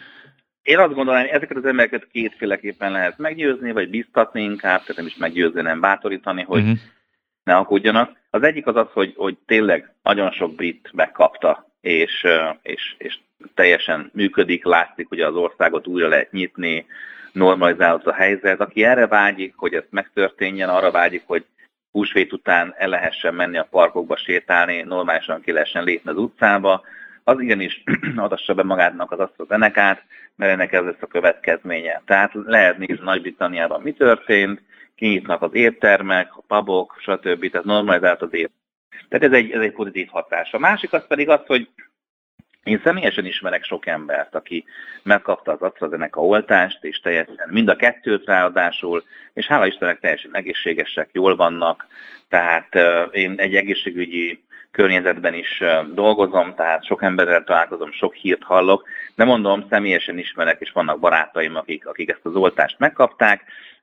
Én azt gondolom, hogy ezeket az embereket kétféleképpen lehet meggyőzni, vagy biztatni inkább, tehát nem is meggyőzni, nem bátorítani, hogy ne akudjanak. Az egyik az, hogy tényleg nagyon sok brit megkapta, és teljesen működik, látszik, hogy az országot újra lehet nyitni, normalizálódott a helyzet. Aki erre vágyik, hogy ez megtörténjen, arra vágyik, hogy húsvét után el lehessen menni a parkokba sétálni, normálisan ki lehessen lépni az utcába, az igenis adassa be magának az AstraZenecát, mert ennek ez lesz a következménye. Tehát lehet nézni Nagy-Britanniában mi történt, kinyitnak az éttermek, a pubok, stb. Tehát normalizált az élet. Tehát ez egy pozitív hatás. A másik az pedig az, hogy én személyesen ismerek sok embert, aki megkapta az AstraZeneca oltást, és teljesen mind a kettőt ráadásul, és hála Istennek teljesen egészségesek, jól vannak. Tehát én egy egészségügyi környezetben is dolgozom, tehát sok emberrel találkozom, sok hírt hallok, de mondom, személyesen ismerek, és vannak barátaim, akik ezt az oltást megkapták,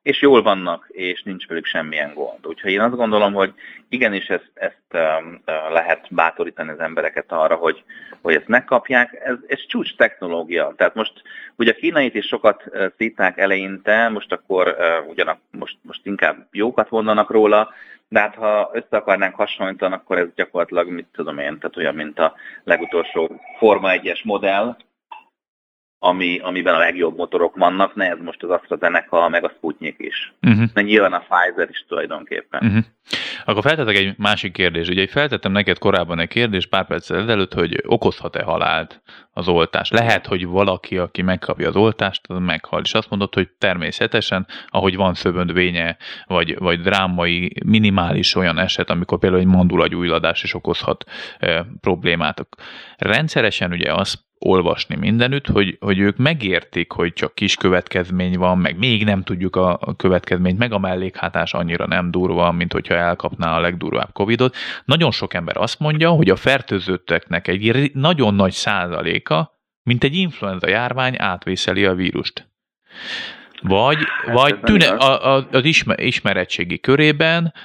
és jól vannak, és nincs velük semmilyen gond. Úgyhogy én azt gondolom, hogy igenis ezt lehet bátorítani az embereket arra, hogy ezt megkapják. Ez csúcs technológia. Tehát most ugye a kínait is sokat szítták eleinte, most akkor most inkább jókat mondanak róla, de hát ha össze akarnánk hasonlítani, akkor ez gyakorlatilag, mit tudom én, tehát olyan, mint a legutolsó Forma 1-es modell, amiben a legjobb motorok vannak, ne ez most az AstraZeneca, meg a Sputnik is. De nyilván a Pfizer is tulajdonképpen. Akkor feltettek egy másik kérdést. Ugye feltettem neked korábban egy kérdést pár perccel ezelőtt, hogy okozhat-e halált az oltás. Lehet, hogy valaki, aki megkapja az oltást, az meghal. És azt mondod, hogy természetesen, ahogy van szövődvénye, vagy drámai, minimális olyan eset, amikor például egy mandulagyulladás is okozhat problémát. Rendszeresen ugye azt olvasni mindenütt, hogy ők megértik, hogy csak kis következmény van, meg még nem tudjuk a következményt, meg a mellékhatás annyira nem durva, mint hogyha elkapná a legdurvább Covidot. Nagyon sok ember azt mondja, hogy a fertőzötteknek egy nagyon nagy százaléka, mint egy influenza járvány átvészeli a vírust. Vagy az ismeretségi körében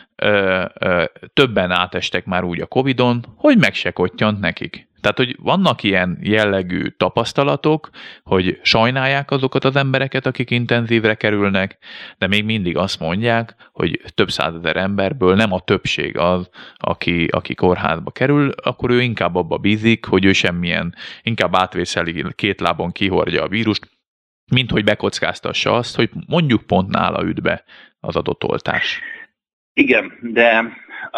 többen átestek már úgy a Covidon, hogy meg se kottyant nekik. Tehát, hogy vannak ilyen jellegű tapasztalatok, hogy sajnálják azokat az embereket, akik intenzívre kerülnek, de még mindig azt mondják, hogy több százezer emberből nem a többség az, aki kórházba kerül, akkor ő inkább abba bízik, hogy ő semmilyen, inkább átvészeli, két lábon kihordja a vírust, mint hogy bekockáztassa azt, hogy mondjuk pont nála üt be az adott oltás. Igen, de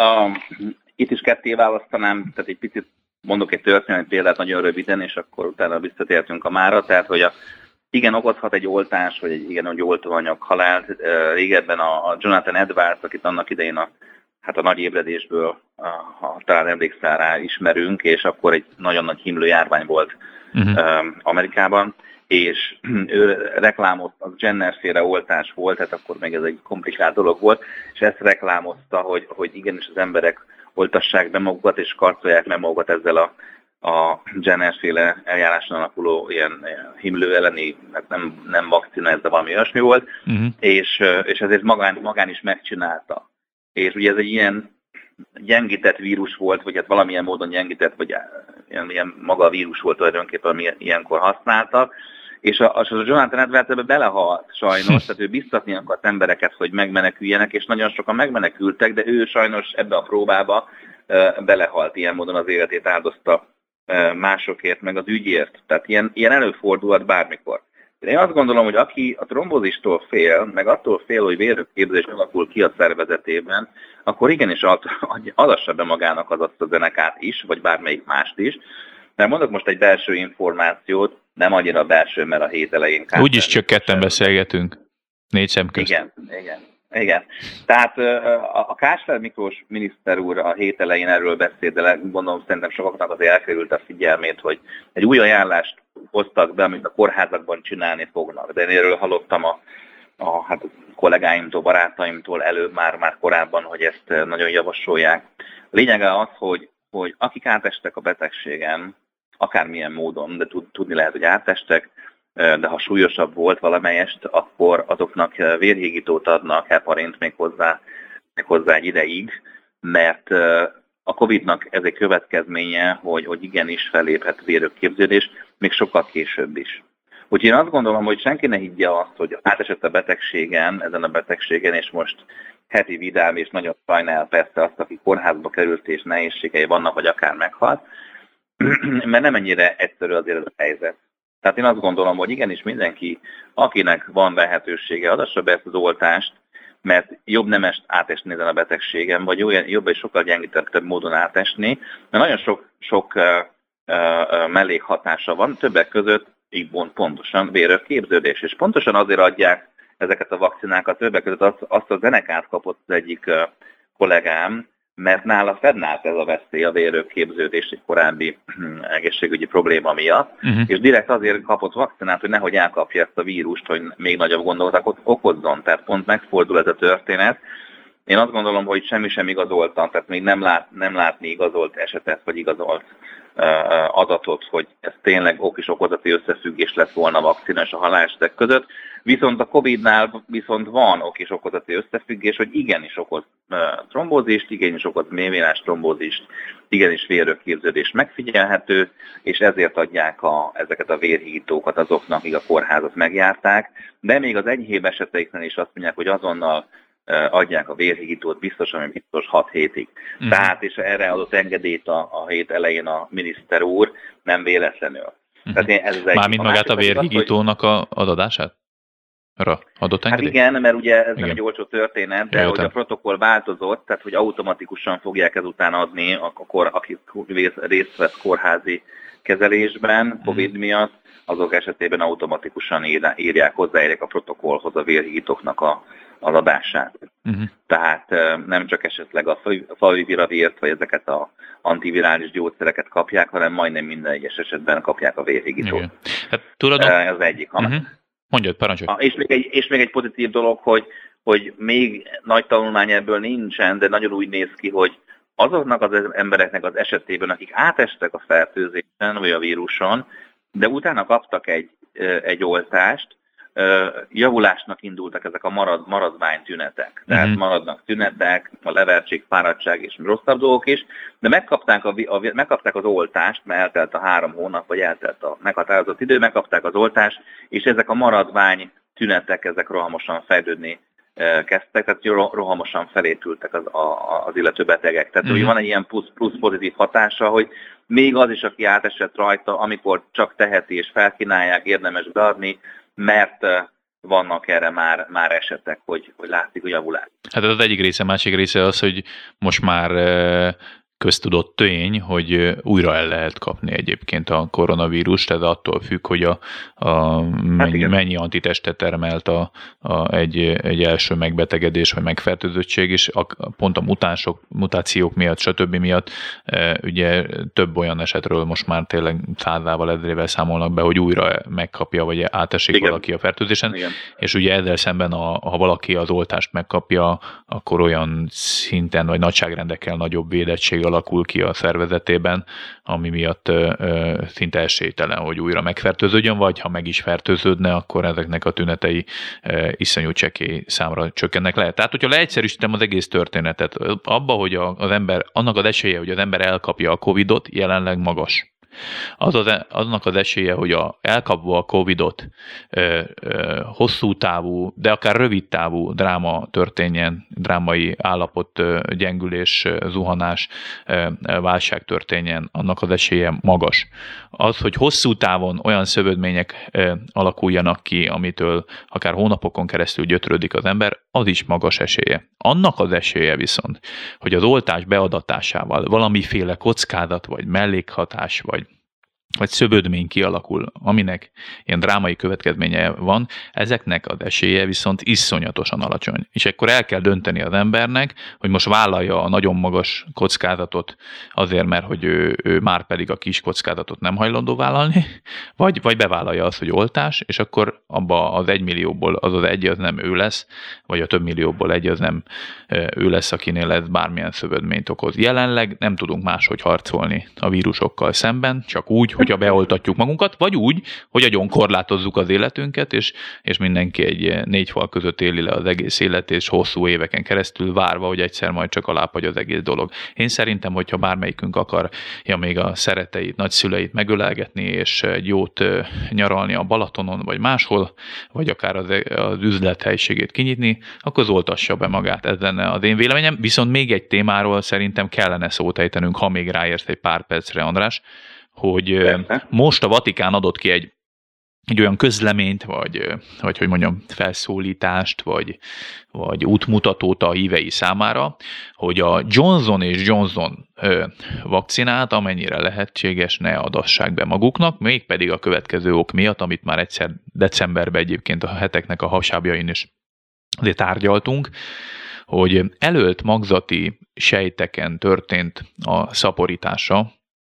itt is ketté választanám, tehát egy picit mondok egy történelmi példát nagyon röviden, és akkor utána visszatértünk a mára, tehát hogy igen, okozhat egy oltás, vagy egy oltóanyag halált. Régebben a Jonathan Edwards, akit annak idején a nagy ébredésből, ha talán emlékszel rá, ismerünk, és akkor egy nagyon nagy himlőjárvány volt Amerikában, és ő reklámozta, az Jenner-féle oltás volt, tehát akkor még ez egy komplikált dolog volt, és ezt reklámozta, hogy igenis az emberek oltassák be magukat, és karcolják meg magukat ezzel a Jenner-féle eljáráson alapuló ilyen himlő elleni, hát nem vakcina, ez de valami olyasmi volt, és ezért magán is megcsinálta. És ugye ez egy ilyen gyengített vírus volt, vagy hát valamilyen módon gyengített, vagy ilyen maga a vírus volt tulajdonképpen, ami ilyenkor használtak, és a Jonathan Edwards ebbe belehalt sajnos, tehát ő biztatni akart embereket, hogy megmeneküljenek, és nagyon sokan megmenekültek, de ő sajnos ebbe a próbába belehalt, ilyen módon az életét áldozta másokért, meg az ügyért. Tehát ilyen előfordulhat bármikor. Én azt gondolom, hogy aki a trombózistól fél, meg attól fél, hogy vérrögképzés alakul ki a szervezetében, akkor igenis adassa be magának az AstraZenecát is, vagy bármelyik mást is. Mert mondok most egy belső információt, nem annyira belső, mert a hét elején... Úgyis csak ketten beszélgetünk, 4 szem közt. Igen. Tehát a Kásler Miklós miniszter úr a hét elején erről beszélt, de gondolom szerintem sokaknak azért elkerült a figyelmét, hogy egy új ajánlást hoztak be, amit a kórházakban csinálni fognak. De én erről hallottam a kollégáimtól, barátaimtól előbb már korábban, hogy ezt nagyon javasolják. A lényege az, hogy akik átestek a betegségen, akármilyen módon, de tudni lehet, hogy átestek, de ha súlyosabb volt valamelyest, akkor azoknak vérhígítót adnak, heparint még hozzá egy ideig, mert a Covid-nak ez egy következménye, hogy igenis felléphet vérrögképződés, még sokkal később is. Úgyhogy én azt gondolom, hogy senki ne higgye azt, hogy átesett a betegségen, ezen a betegségen, és most heti vidám, és nagyon sajnál persze azt, aki kórházba került, és nehézségei vannak, vagy akár meghalt, mert nem ennyire egyszerű azért ez a helyzet. Tehát én azt gondolom, hogy igenis mindenki, akinek van lehetősége, adassa be ezt az oltást, mert jobb nem átesni ezen a betegségen, vagy jobb és sokkal gyengítettebb módon átesni, mert nagyon sok mellékhatása van, többek között így pontosan vérrögképződés, és pontosan azért adják ezeket a vakcinákat, többek között azt a Zenekát kapott az egyik kollégám, mert nála fennállt ez a veszély, a vérrögképződés egy korábbi egészségügyi probléma miatt, és direkt azért kapott vakcinát, hogy nehogy elkapja ezt a vírust, hogy még nagyobb gondolatot okozzon. Tehát pont megfordul ez a történet, Én azt gondolom, hogy semmi sem igazoltan, tehát még nem látni igazolt esetet, vagy igazolt adatot, hogy ez tényleg ok és okozati összefüggés lett volna a vakcina és a halálesetek között. Viszont a Covid-nál viszont van ok és okozati összefüggés, hogy igenis okoz trombózist, igenis okoz mélyvérás trombózist, igenis vérrögképződés megfigyelhető, és ezért adják ezeket a vérhígítókat azoknak, akik a kórházat megjárták, de még az enyhébb eseteiknél is azt mondják, hogy azonnal adják a vérhígítót biztos 6 hétig. Tehát, és erre adott engedélyt a hét elején a miniszter úr, nem véletlenül. Tehát mármint magát a vérhígítónak az adását? Adott engedélyt? Hát igen, mert ugye ez nem egy olcsó történet, de hogy a protokoll változott, tehát hogy automatikusan fogják ezután adni, akik részt vesz kórházi kezelésben COVID miatt, azok esetében automatikusan hozzáírják a protokollhoz a vérhígítóknak az adását. Tehát nem csak esetleg a favipiravírt, vagy ezeket az antivirális gyógyszereket kapják, hanem majdnem minden egyes esetben kapják a vérhígítót. Hát, ez az egyik. Mondjad, parancsolj. És még egy pozitív dolog, hogy még nagy tanulmány ebből nincsen, de nagyon úgy néz ki, hogy azoknak az embereknek az esetében, akik átestek a fertőzésen, vagy a víruson, de utána kaptak egy oltást, javulásnak indultak ezek a maradvány tünetek. Tehát maradnak tünetek, a levertség, fáradtság és rosszabb dolgok is, de megkapták az oltást, mert eltelt a 3 hónap, vagy eltelt a meghatározott idő, megkapták az oltást, és ezek a maradvány tünetek, ezek rohamosan fejlődni kezdtek, tehát rohamosan felépültek az illető betegek. Tehát hogy van egy ilyen plusz pozitív hatása, hogy még az is, aki átesett rajta, amikor csak teheti és felkínálják, érdemes beadni, mert vannak erre már esetek, hogy látszik a javulás. Hát ez az egyik része, másik része az, hogy most már köztudott tény, hogy újra el lehet kapni egyébként a koronavírust, tehát attól függ, hogy mennyi antitestet termelt egy első megbetegedés vagy megfertőzöttség, és pont a mutációk miatt, stb. Miatt ugye több olyan esetről most már tényleg 100-ával, 1000-ével számolnak be, hogy újra megkapja, vagy átesik valaki a fertőzésen, és ugye ezzel szemben, ha valaki az oltást megkapja, akkor olyan szinten vagy nagyságrendekkel nagyobb védettség alakul ki a szervezetében, ami miatt szinte esélytelen, hogy újra megfertőződjön, vagy ha meg is fertőződne, akkor ezeknek a tünetei iszonyú csekély számra csökkennek le. Tehát, hogyha leegyszerűsítem az egész történetet, abba, hogy az ember, annak az esélye, hogy az ember elkapja a Covidot, jelenleg magas. Aznak az esélye, hogy elkapva a Covidot hosszú távú, de akár rövid távú dráma történjen, drámai állapot, gyengülés, zuhanás, válság történjen, annak az esélye magas. Az, hogy hosszú távon olyan szövődmények alakuljanak ki, amitől akár hónapokon keresztül gyötrődik az ember, az is magas esélye. Annak az esélye viszont, hogy az oltás beadatásával valamiféle kockázat, vagy mellékhatás, vagy szövődmény kialakul, aminek ilyen drámai következménye van, ezeknek az esélye viszont iszonyatosan alacsony. És akkor el kell dönteni az embernek, hogy most vállalja a nagyon magas kockázatot azért, mert hogy ő már pedig a kis kockázatot nem hajlandó vállalni, vagy bevállalja azt, hogy oltás, és akkor abba az 1 millióból az egy az nem ő lesz, vagy a több millióból egy az nem ő lesz, akinél ez bármilyen szövődményt okoz. Jelenleg nem tudunk máshogy harcolni a vírusokkal szemben, csak úgy, hogyha beoltatjuk magunkat, vagy úgy, hogy agyon korlátozzuk az életünket, és mindenki egy 4 fal között éli le az egész életét, és hosszú éveken keresztül várva, hogy egyszer majd csak alábbhagy az egész dolog. Én szerintem, hogyha bármelyikünk akarja még a szeretteit, nagyszüleit megölelgetni, és egy jót nyaralni a Balatonon, vagy máshol, vagy akár az üzlethelyiségét kinyitni, akkor oltassa be magát. Ez lenne az én véleményem. Viszont még egy témáról szerintem kellene szót ejtenünk, ha még ráérsz egy pár percre, András, hogy most a Vatikán adott ki egy olyan közleményt, vagy hogy mondjam, felszólítást, vagy útmutatót a hívei számára, hogy a Johnson & Johnson vakcinát, amennyire lehetséges, ne adassák be maguknak, mégpedig a következő ok miatt, amit már egyszer decemberben egyébként a heteknek a hasábjain is azért tárgyaltunk, hogy elölt magzati sejteken történt a szaporítása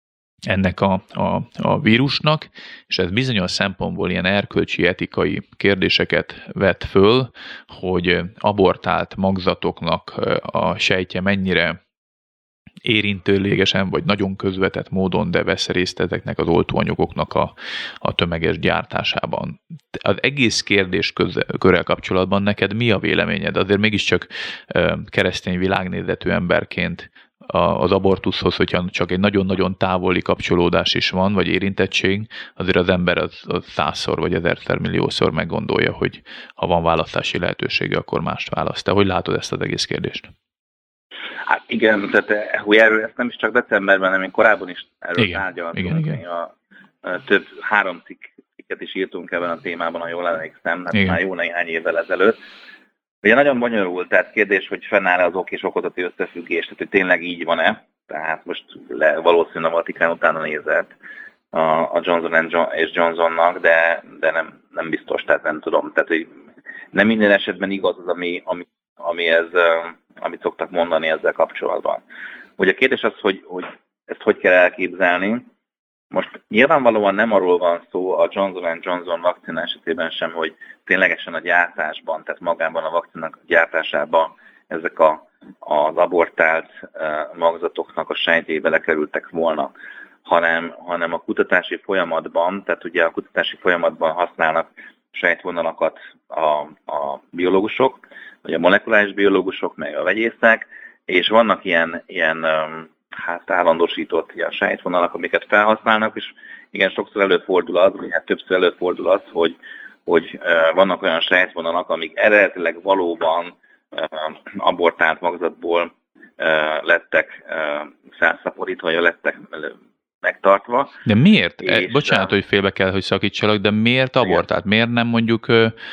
ennek a vírusnak, és ez bizonyos szempontból ilyen erkölcsi, etikai kérdéseket vet föl, hogy abortált magzatoknak a sejtje mennyire érintőlegesen, vagy nagyon közvetett módon, de vesz részt ezeknek az oltóanyagoknak a tömeges gyártásában. Az egész kérdéskörrel kapcsolatban neked mi a véleményed? Azért mégiscsak keresztény világnézetű emberként az abortuszhoz, hogyha csak egy nagyon-nagyon távoli kapcsolódás is van, vagy érintettség, azért az ember az 100-szor vagy 1000-szer milliószor meggondolja, hogy ha van választási lehetősége, akkor mást választ. Te hogy látod ezt az egész kérdést? Hát igen, tehát hogy erről ezt nem is csak decemberben, hanem korábban is erről tárgyaltunk. Igen. Több 3 cikket is írtunk ebben a témában, ha jól emlékszem, már jó néhány évvel ezelőtt. Ugye nagyon bonyolult, tehát kérdés, hogy fennáll az ok és okozati összefüggés, tehát hogy tényleg így van-e, tehát most valószínűleg a Vatikán utána nézett a Johnson és Johnsonnak, de nem biztos, tehát nem tudom. Tehát, hogy nem minden esetben igaz az, amit szoktak mondani ezzel kapcsolatban. Ugye a kérdés az, hogy ezt hogy kell elképzelni. Most nyilvánvalóan nem arról van szó a Johnson & Johnson vakcina esetében sem, hogy ténylegesen a gyártásban, tehát magában a vakcinának gyártásában ezek az abortált magzatoknak a sejtjei belekerültek volna, hanem a kutatási folyamatban, tehát ugye a kutatási folyamatban használnak sejtvonalakat a biológusok, vagy a molekuláris biológusok, meg a vegyészek, és vannak ilyen állandósított ilyen sejtvonalak, amiket felhasználnak, és igen, sokszor előfordul az, vagy hát többször előfordul az, hogy vannak olyan sejtvonalak, amik eredetileg valóban abortált magzatból lettek felszaporítva, vagy lettek megtartva. De miért? Bocsánat, hogy félbe kell, hogy szakítsalak, de miért abortált? Miért nem mondjuk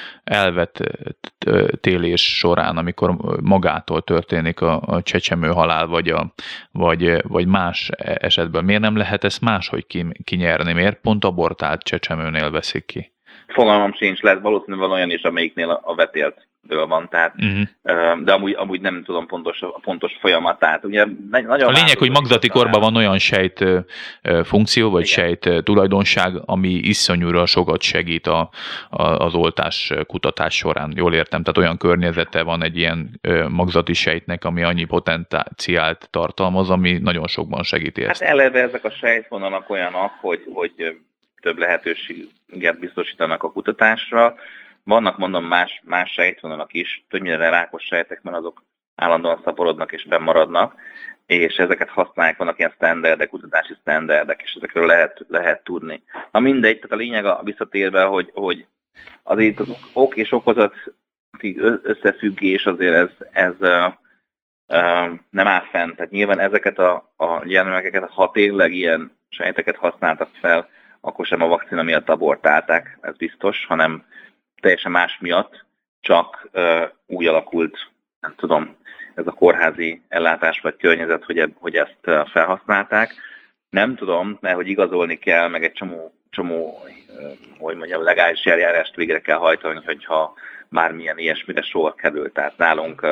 elvettélés során, amikor magától történik a csecsemő halál, vagy más esetben? Miért nem lehet ezt máshogy kinyerni? Miért pont abortált csecsemőnél veszik ki? Fogalmam sincs, lehet valószínűleg olyan is, amelyiknél a vetéltből van, tehát, de amúgy nem tudom pontos folyamatát. Ugye, a lényeg, hogy magzati korban van olyan sejt funkció, vagy sejt tulajdonság, ami iszonyúra sokat segít az oltás kutatás során. Jól értem, tehát olyan környezete van egy ilyen magzati sejtnek, ami annyi potenciált tartalmaz, ami nagyon sokban segíti ezt. Hát eleve ezek a sejtvonalak olyanok, hogy több lehetőséget biztosítanak a kutatásra. Vannak, mondom, más sejtvonalak is, többnyire rákos sejtek, mert azok állandóan szaporodnak és bennmaradnak, és ezeket használják, vannak ilyen standardek, kutatási standardek, és ezekről lehet tudni. Na mindegy, tehát a lényeg visszatérve, hogy azért az ok és okozati összefüggés azért ez nem áll fenn. Tehát nyilván ezeket a gyermekeket, ha tényleg ilyen sejteket használtak fel, akkor sem a vakcina miatt abortálták, ez biztos, hanem teljesen más miatt, csak úgy alakult, nem tudom, ez a kórházi ellátás vagy környezet, hogy ezt felhasználták. Nem tudom, mert hogy igazolni kell, meg egy csomó hogy mondjam, legális eljárást végre kell hajtani, hogyha bármilyen ilyesmire sor kerül. Tehát nálunk,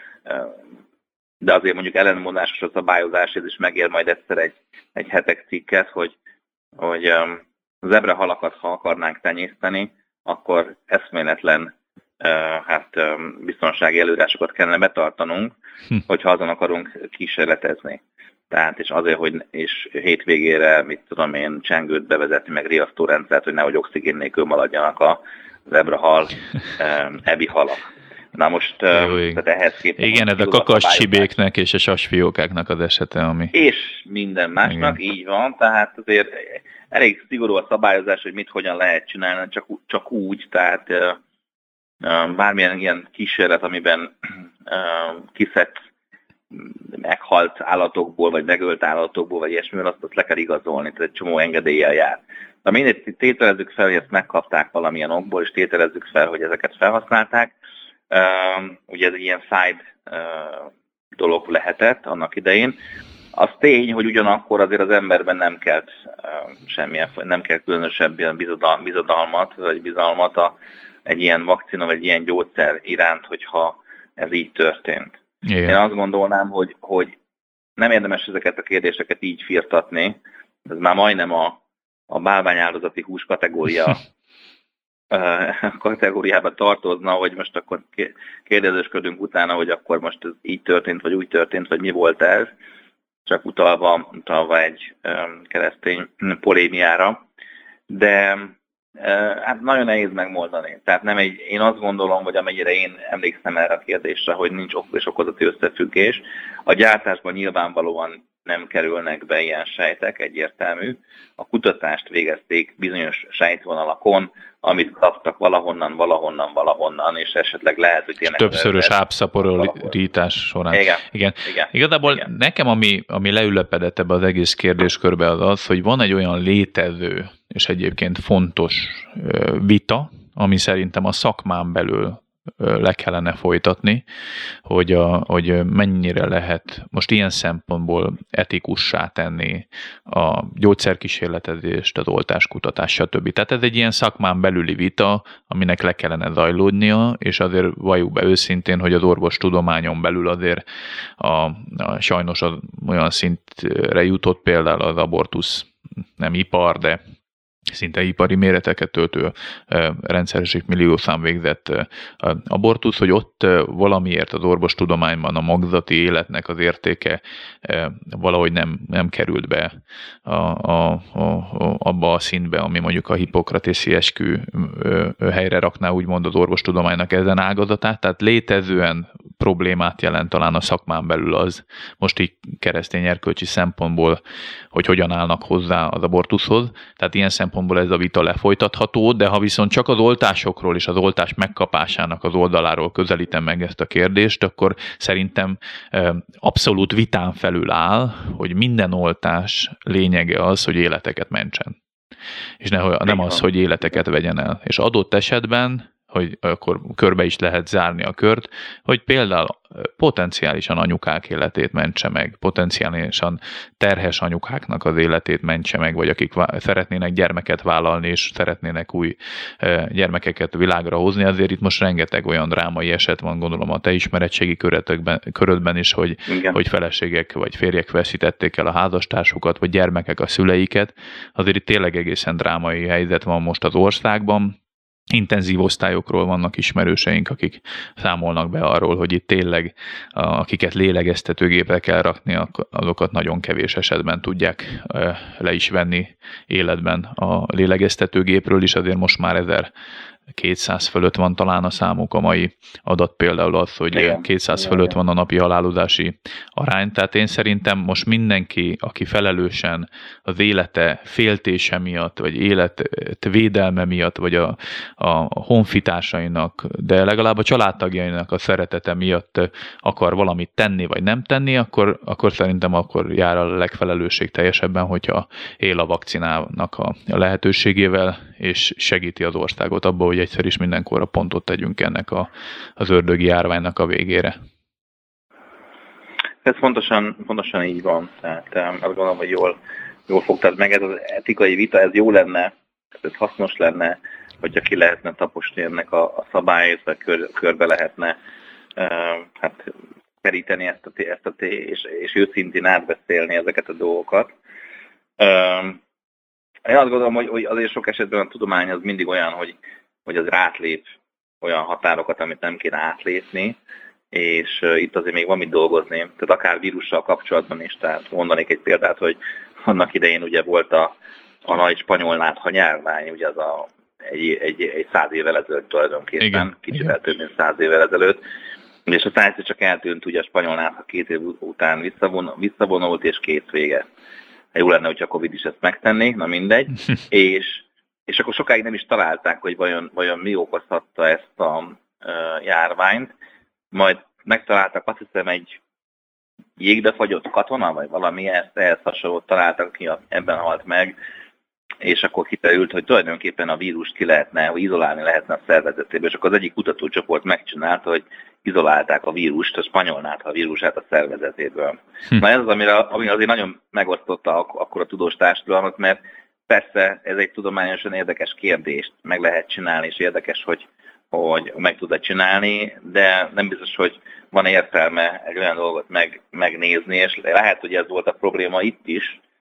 de azért mondjuk ellenmondásos a szabályozás, ez is megér majd egyszer egy hetek cikket, hogy zebrahalakat, ha akarnánk tenyészteni, akkor eszméletlen biztonsági előírásokat kellene betartanunk, hogyha azon akarunk kísérletezni. Tehát és azért, hogy és hétvégére, mit tudom én, csengőt bevezetni, meg riasztórendszert, hogy nehogy oxigén nélkül maradjanak a zebrahal, ebi halak. Na most, tehát ehhez képest... Igen, ez a kakascsibéknek és a sasfiókáknak az esete, ami... És minden másnak, igen. Így van, tehát azért elég szigorú a szabályozás, hogy mit hogyan lehet csinálni, csak úgy, tehát bármilyen ilyen kísérlet, amiben kiszedett meghalt állatokból, vagy megölt állatokból, vagy ilyesmivel, azt le kell igazolni, tehát egy csomó engedéllyel jár. Na mindegy, tételezzük fel, hogy ezt megkapták valamilyen okból, és tételezzük fel, hogy ezeket felhasználták. Ugye ez egy ilyen side dolog lehetett annak idején. Az tény, hogy ugyanakkor azért az emberben nem kelt nem kell különösebb ilyen bizodalmat, vagy bizalmat egy ilyen vakcina, vagy egy ilyen gyógyszer iránt, hogyha ez így történt. Igen. Én azt gondolnám, hogy nem érdemes ezeket a kérdéseket így firtatni, ez már majdnem a bálványáldozati hús kategóriába tartozna, hogy most akkor kérdezősködünk utána, hogy akkor most ez így történt, vagy úgy történt, vagy mi volt ez, csak utalva egy keresztény polémiára. De hát nagyon nehéz megmondani. Tehát én azt gondolom, hogy amennyire én emlékszem erre a kérdésre, hogy nincs ok és okozati összefüggés. A gyártásban nyilvánvalóan nem kerülnek be ilyen sejtek, egyértelmű. A kutatást végezték bizonyos sejtvonalakon, amit kaptak valahonnan, és esetleg lehet, hogy tényleg... Többszörös ápszaporítás során. Igen. Igazából igen. Nekem, ami leülepedett ebbe az egész kérdéskörbe az, hogy van egy olyan létező, és egyébként fontos vita, ami szerintem a szakmán belül le kellene folytatni, hogy mennyire lehet most ilyen szempontból etikussá tenni a gyógyszerkísérletezést, az oltáskutatás, stb. Tehát ez egy ilyen szakmán belüli vita, aminek le kellene zajlódnia, és azért valljuk be őszintén, hogy az orvostudományon belül azért sajnos olyan szintre jutott például az abortusz, nem ipar, de szinte ipari méreteket töltő rendszereség milliószám végzett abortusz, hogy ott valamiért az orvostudományban a magzati életnek az értéke valahogy nem került be abba a szintbe, ami mondjuk a hippokratészi eskü helyre rakná úgymond az orvostudománynak ezen ágazatát, tehát létezően problémát jelent talán a szakmán belül az, most így keresztény erkölcsi szempontból, hogy hogyan állnak hozzá az abortuszhoz, tehát ilyen szempontból ez a vita lefolytatható, de ha viszont csak az oltásokról és az oltás megkapásának az oldaláról közelítem meg ezt a kérdést, akkor szerintem abszolút vitán felül áll, hogy minden oltás lényege az, hogy életeket mentsen. És nem az, hogy életeket vegyen el. És adott esetben, hogy akkor körbe is lehet zárni a kört, hogy például potenciálisan anyukák életét mentse meg, potenciálisan terhes anyukáknak az életét mentse meg, vagy akik szeretnének gyermeket vállalni, és szeretnének új gyermekeket világra hozni, azért itt most rengeteg olyan drámai eset van, gondolom a te ismeretségi körödben is, hogy feleségek vagy férjek veszítették el a házastársukat, vagy gyermekek a szüleiket. Azért itt tényleg egészen drámai helyzet van most az országban. Intenzív osztályokról vannak ismerőseink, akik számolnak be arról, hogy itt tényleg akiket lélegeztetőgépre kell rakni, azokat nagyon kevés esetben tudják le is venni életben a lélegeztetőgépről is, azért most már 1200 fölött van talán a számuk, a mai adat például az, hogy 200 fölött van a napi halálozási arány. Tehát én szerintem most mindenki, aki felelősen az élete féltése miatt, vagy életvédelme miatt, vagy a honfitársainak, de legalább a családtagjainak a szeretete miatt akar valamit tenni, vagy nem tenni, akkor szerintem akkor jár a legfelelősség teljesebben, hogyha él a vakcinának a lehetőségével, és segíti az országot abba, hogy egyszer is mindenkorra pontot tegyünk ennek az ördögi járványnak a végére. Ez pontosan így van. Tehát azt gondolom, hogy jól fogtad meg. Ez az etikai vita, ez jó lenne, ez hasznos lenne, hogyha ki lehetne taposni ennek a szabályait, vagy körbe lehetne keríteni ezt és őszintén átbeszélni ezeket a dolgokat. Én azt gondolom, hogy azért sok esetben a tudomány az mindig olyan, hogy az átlép olyan határokat, amit nem kéne átlépni, és itt azért még van mit dolgozni. Tehát akár vírussal kapcsolatban is, tehát mondanék egy példát, hogy annak idején ugye volt a nagy spanyol nátha nyárvány, ugye az egy 100 évvel ezelőtt tulajdonképpen, kicsivel több mint 100 évvel ezelőtt, és aztán egyszer csak eltűnt, ugye a spanyol nátha 2 év után visszavonult, és kész vége. Jó lenne, hogyha a Covid is ezt megtenné, na mindegy. és akkor sokáig nem is találták, hogy vajon mi okozhatta ezt a járványt. Majd megtaláltak, azt hiszem, egy jégbe fagyott katona, vagy valami ehhez hasonlót találtak, ki ebben halt meg, és akkor kiderült, hogy tulajdonképpen a vírust izolálni lehetne a szervezetéből, és akkor az egyik kutatócsoport megcsinálta, hogy izolálták a vírust, a spanyol nátha vírusát a szervezetéből. Na ez az, ami azért nagyon megosztotta akkor a tudós társadalmat, mert persze ez egy tudományosan érdekes kérdést meg lehet csinálni, és érdekes, hogy meg tud-e csinálni, de nem biztos, hogy van értelme egy olyan dolgot megnézni, és lehet, hogy ez volt a probléma itt is,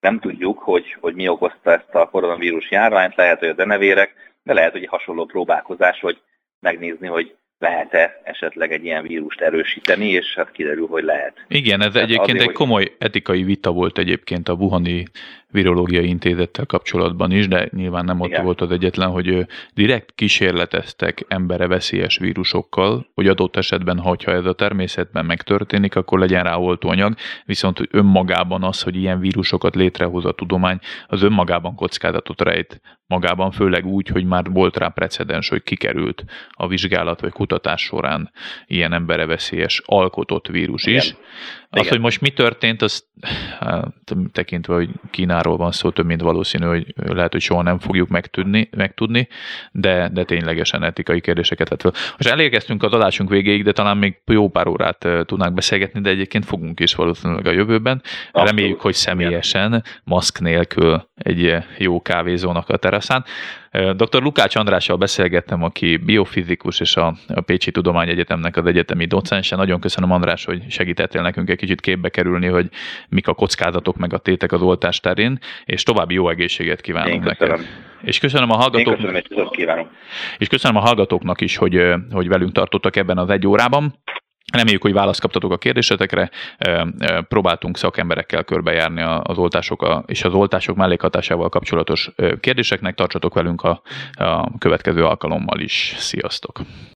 Nem tudjuk, hogy mi okozta ezt a koronavírus járványt, lehet, hogy a denevérek, de lehet, hogy hasonló próbálkozás, hogy megnézni, hogy lehet-e esetleg egy ilyen vírust erősíteni, és hát kiderül, hogy lehet. Igen, ez egyébként egy komoly etikai vita volt egyébként a Wuhani Virológiai Intézettel kapcsolatban is, de nyilván nem ott volt az egyetlen, hogy direkt kísérleteztek emberre veszélyes vírusokkal, hogy adott esetben, hogyha ez a természetben megtörténik, akkor legyen rá oltóanyag, viszont önmagában az, hogy ilyen vírusokat létrehoz a tudomány, az önmagában kockázatot rejt magában, főleg úgy, hogy már volt rá precedens, hogy kikerült a vizsgálat vagy kutatás során ilyen emberre veszélyes alkotott vírus is. Igen. Az, hogy most mi történt, az tekintve, hogy Kínáról van szó, több mint valószínű, hogy lehet, hogy soha nem fogjuk megtudni, de ténylegesen etikai kérdéseket vett fel. Most elérkeztünk az adásunk végéig, de talán még jó pár órát tudnánk beszélgetni, de egyébként fogunk is valószínűleg a jövőben. Abszolút. Reméljük, hogy személyesen, maszk nélkül egy jó kávézónak a teraszán. Dr. Lukács Andrással beszélgettem, aki biofizikus és a Pécsi Tudományegyetemnek az egyetemi docense. Nagyon köszönöm, András, hogy segítettél nekünk egy kicsit képbe kerülni, hogy mik a kockázatok meg a tétek az oltás terén, és további jó egészséget kívánunk neked. És köszönöm a hallgatóknak. És köszönöm a hallgatóknak is, hogy velünk tartottak ebben az egy órában. Reméljük, hogy választ kaptatok a kérdésetekre. Próbáltunk szakemberekkel körbejárni az oltások és az oltások mellékhatásával kapcsolatos kérdéseknek. Tartsatok velünk a következő alkalommal is. Sziasztok!